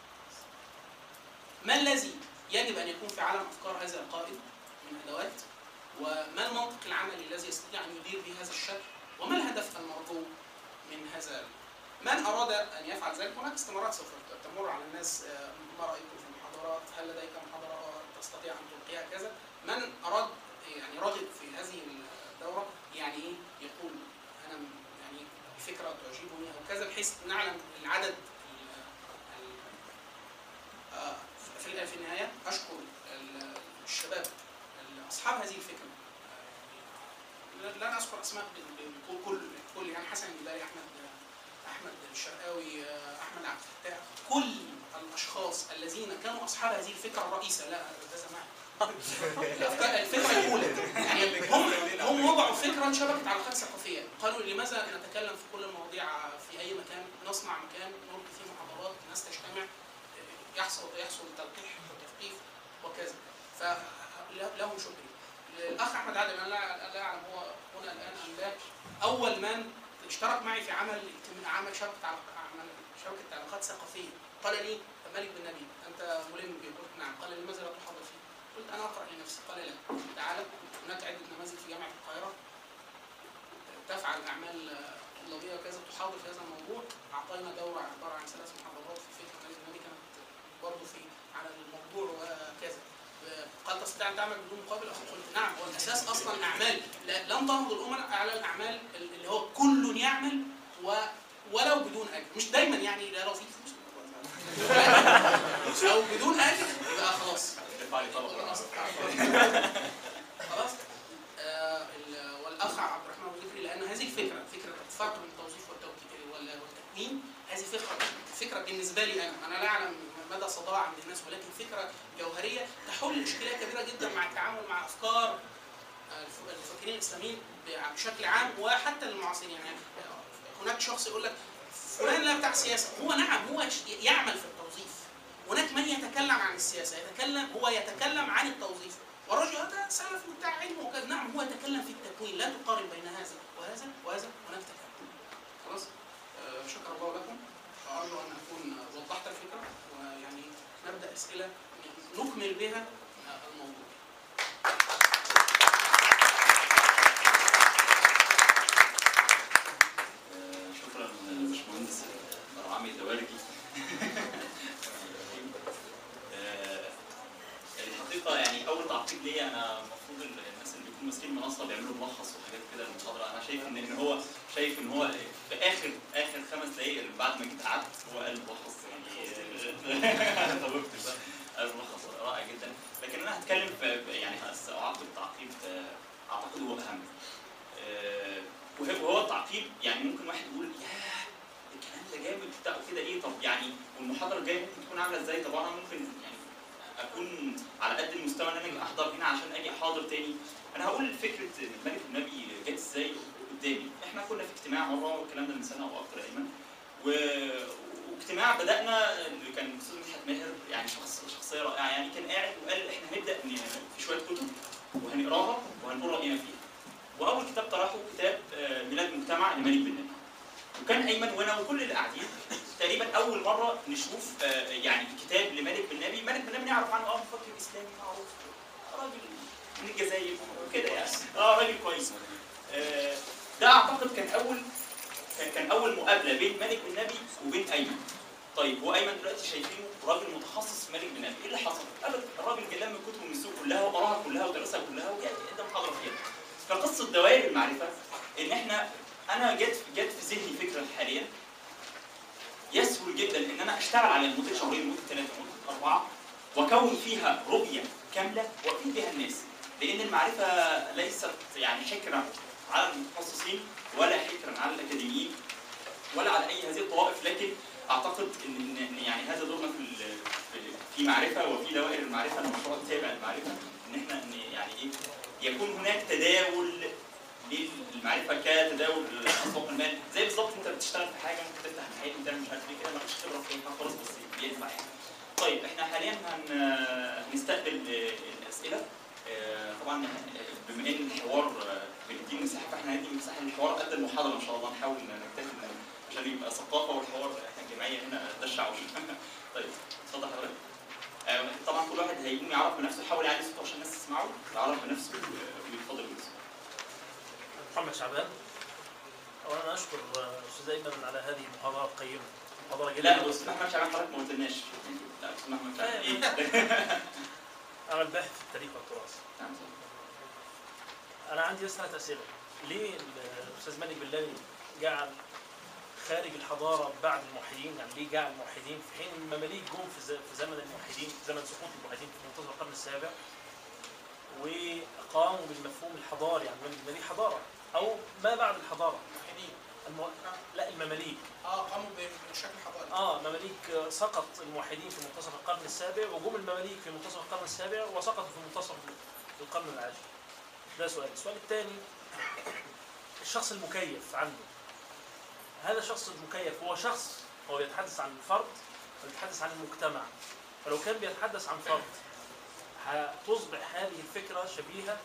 S2: ما الذي يجب أن يكون في عالم أفكار هذا القائد من أدوات؟ وما المنطق العملي الذي يستطيع أن يدير بهذا الشكل؟ وما الهدف المرجو من هذا؟ من أراد أن يفعل ذلك هناك استمارات سوف تمر على الناس. ما رأيكم في المحاضرات؟ هل لديك محاضرة تستطيع أن تلقيها كذا؟ من أراد يعني راغب في هذه الدورة يعني إيه يقول أنا يعني فكرة تعجبني أو كذا، بحيث نعلم العدد. في في النهاية أشكر الشباب أصحاب هذه الفكرة. لا أذكر أسماء كل كل يعني حسن الجبالي، أحمد أحمد الشرقاوي، أحمد عبد الفتاح، كل الأشخاص الذين كانوا أصحاب هذه الفكرة الرئيسة. لا ده سماح الفكرة الأولى يعني هم هم وضعوا فكرة شبكة علاقات ثقافية. قالوا لماذا نتكلم في كل المواضيع في أي مكان؟ نصنع مكان نلقي فيه محاضرات، الناس تجتمع، يحصل يحصل تلقيح وتثقيف وكذا. فلهم شكري. الأخ أحمد عادل أنا لا أعلم هو هنا الآن أم لا، أول من اشترك معي في عمل عمل شبكة عمل شبكة علاقات ثقافية. قال لي مالك بن نبي أنت ملم به؟ قلت نعم. قال لي لماذا لا تحاضر فيه؟ قلت أنا أقرأ لنفسي. قال لا تعال، هناك عدة نماذج في جامعة القاهرة تفعل أعمال طلابية وكذا تحاضر في هذا الموضوع. أعطينا دورة عبارة عن ثلاث محاضرات في فكرة مالك بن نبي كانت برضه في على الموضوع وكذا. قال تستطيع أن تعمل بدون مقابل؟ قلت نعم. هو الأساس أصلا أعمال لم تنهض الأمم على الأعمال اللي هو كل يعمل و ولو بدون أجر، مش دايما يعني لا لو في فلوس أو بدون أجر يبقى خلاص خلاص. آه والأخ عبد الرحمن أبو ذكري، لأن هذه الفكرة فكرة الفرق بين التوظيف والتكوين هذه فكرة فكرة بالنسبة لي أنا أنا لا أعلم مدى صداع عند الناس، ولكن فكرة جوهرية تحل إشكالية كبيرة جدا مع التعامل مع أفكار المفكرين الإسلاميين بشكل عام وحتى المعاصرين. يعني هناك شخص يقول لك فلان لا بتاع سياسة، هو نعم هو يعمل في التوظيف. هناك من يتكلم عن السياسة، يتكلم هو يتكلم عن التوظيف، والرجل هذا سلف بتاع علم وكذا. نعم هو يتكلم في التكوين. لا تقارن بين هذا وهذا وهذا، هناك تكامل. خلاص. آه شكرا الله لكم. وارجو ان اكون وضحت الفكره، ويعني نبدا اسئله نكمل بها الموضوع.
S1: شكرا للباشمهندس مرعمي الدوارجي. الحقيقه يعني اول تعقيب ليا، انا المفروض الناس اللي بيكونوا ماسكين المنصه بيعملوا ملخص وحاجات كده للمحاضره. انا شايف ان ان هو شايف ان هو في اخر اخر خمس دقائق بعد ما جيت قعدت هو قال ملخص يعني طبقت بقى قال ملخص رائع جدا. لكن انا هتكلم في يعني هعقب تعقيب اعتقد هو اهم، وهو التعقيب يعني ممكن واحد يقول ياه الكلام ده جامد بتاع كده ايه، طب يعني والمحاضره الجايه ممكن تكون عامله ازاي؟ طب انا ممكن يعني اكون على قد المستوى ان انا اجي احضر هنا عشان اجي احاضر تاني. انا هقول فكره الملك والنبي جت ازاي قدامي. احنا كنا في اجتماع مره والكلام ده من سنه او اكتر ايمن، و... واجتماع بدانا اللي كان الاستاذ مدحت ماهر يعني شخص شخصيه رائعه يعني، كان قاعد وقال احنا هنبدا في شويه كتب وهنقراها وهنقول راينا فيها. واول كتاب طرحه كتاب ميلاد مجتمع لملك بن نبي. وكان ايمن وانا وكل اللي قاعدين تقريبا اول مره نشوف يعني كتاب لملك بن نبي. ملك بن نبي نعرف عنه اه مفكر اسلامي معروف، راجل من الجزائر وكده يعني، اه راجل كويس. ده اعتقد كان اول كان كان اول مقابله بين ملك بن نبي وبين ايمن. طيب هو ايمن دلوقتي شايفينه راجل متخصص في ملك بن نبي، ايه اللي حصل؟ قال الراجل جه لم الكتب من السوق كلها وقراها كلها ودرسها كلها وجاي قدام محاضره فيها. فقصه دوائر المعرفه ان احنا انا جت جت في ذهني فكره حاليا يسهل جدا ان انا اشتغل على لمده شهرين لمده ثلاثه لمده اربعه واكون فيها رؤيه كامله وافيد بها الناس، لان المعرفه ليست يعني حكرا على المتخصصين ولا حكرا على الاكاديميين ولا على اي هذه الطوائف، لكن اعتقد ان ان يعني هذا دورنا في في معرفه وفي دوائر المعرفه المشروع التابع للمعرفه ان احنا ان يعني ايه يكون هناك تداول للمعرفه كتداول اسواق المال. زي بالظبط انت بتشتغل في حاجه ممكن تفتح محل وتعمل مش عارف ايه كده مالكش خبره فيها خالص بس بينفع يعني. طيب احنا حاليا هنستقبل الاسئله. طبعا بما ان الحوار بندي مساحه فاحنا هندي مساحه للحوار قد المحاضره ان شاء الله، نحاول نكتفي عشان يبقى ثقافه والحوار احنا الجمعيه هنا ده الشعوذه. طيب اتفضل حضرتك. طبعا كل واحد هيقوم يعرف بنفسه، يحاول يعلي صوته عشان الناس تسمعه، يعرف بنفسه ويتفضل بنفسه.
S4: محمد شعبان. اولا انا اشكر استاذ ايمن على هذه المحاضره القيمه، محاضره جدا.
S1: لا استاذ احمد شعبان حضرتك ما قلتلناش. لا استاذ احمد شعبان ايه؟
S4: عمل باحث في التاريخ والتراث. انا عندي بس ثلاث اسئله. ليه الاستاذ مالك بن نبي جعل خارج الحضاره بعد الموحدين؟ يعني ليه جعل الموحدين في حين المماليك جم في زمن الموحدين، في زمن سقوط الموحدين في منتصف القرن السابع، وقاموا بالمفهوم الحضاري، يعني المماليك حضاره او ما بعد الحضاره. المو... لا المماليك
S2: اه قاموا بشكل حضاري.
S4: اه مماليك سقط الموحدين في منتصف القرن السابع، وجم المماليك في منتصف القرن السابع وسقطوا في منتصف القرن العاشر. ده سؤال. السؤال الثاني، الشخص المكيف عنده، هذا الشخص المكيف هو شخص هو بيتحدث عن الفرد وبيتحدث عن المجتمع. فلو كان بيتحدث عن فرد هتصبح هذه الفكرة شبيهة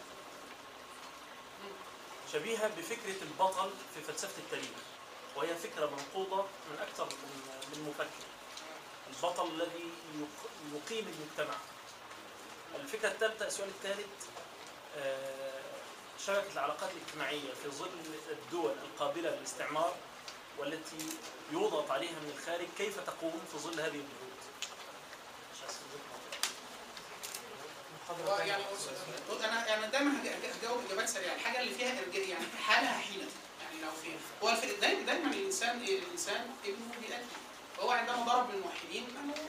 S4: شبيهة بفكرة البطل في فلسفة التاريخ، وهي فكرة منقوضة من أكثر من مفكر. البطل الذي يقيم المجتمع. الفكرة الثالثة، السؤال الثالث، شبكة العلاقات الاجتماعية في ظل الدول القابلة للاستعمار والتي يضغط عليها من الخارج، كيف تقوم في ظل هذه الضغوط؟
S2: يعني انا انا دايما هجاوب اجابات سريعه. الحاجه اللي فيها ارجاء يعني حالها حيله، يعني لو في هو دايما دايما الانسان الانسان ابنه بيأتي. فهو عندما ضرب الموحدين انه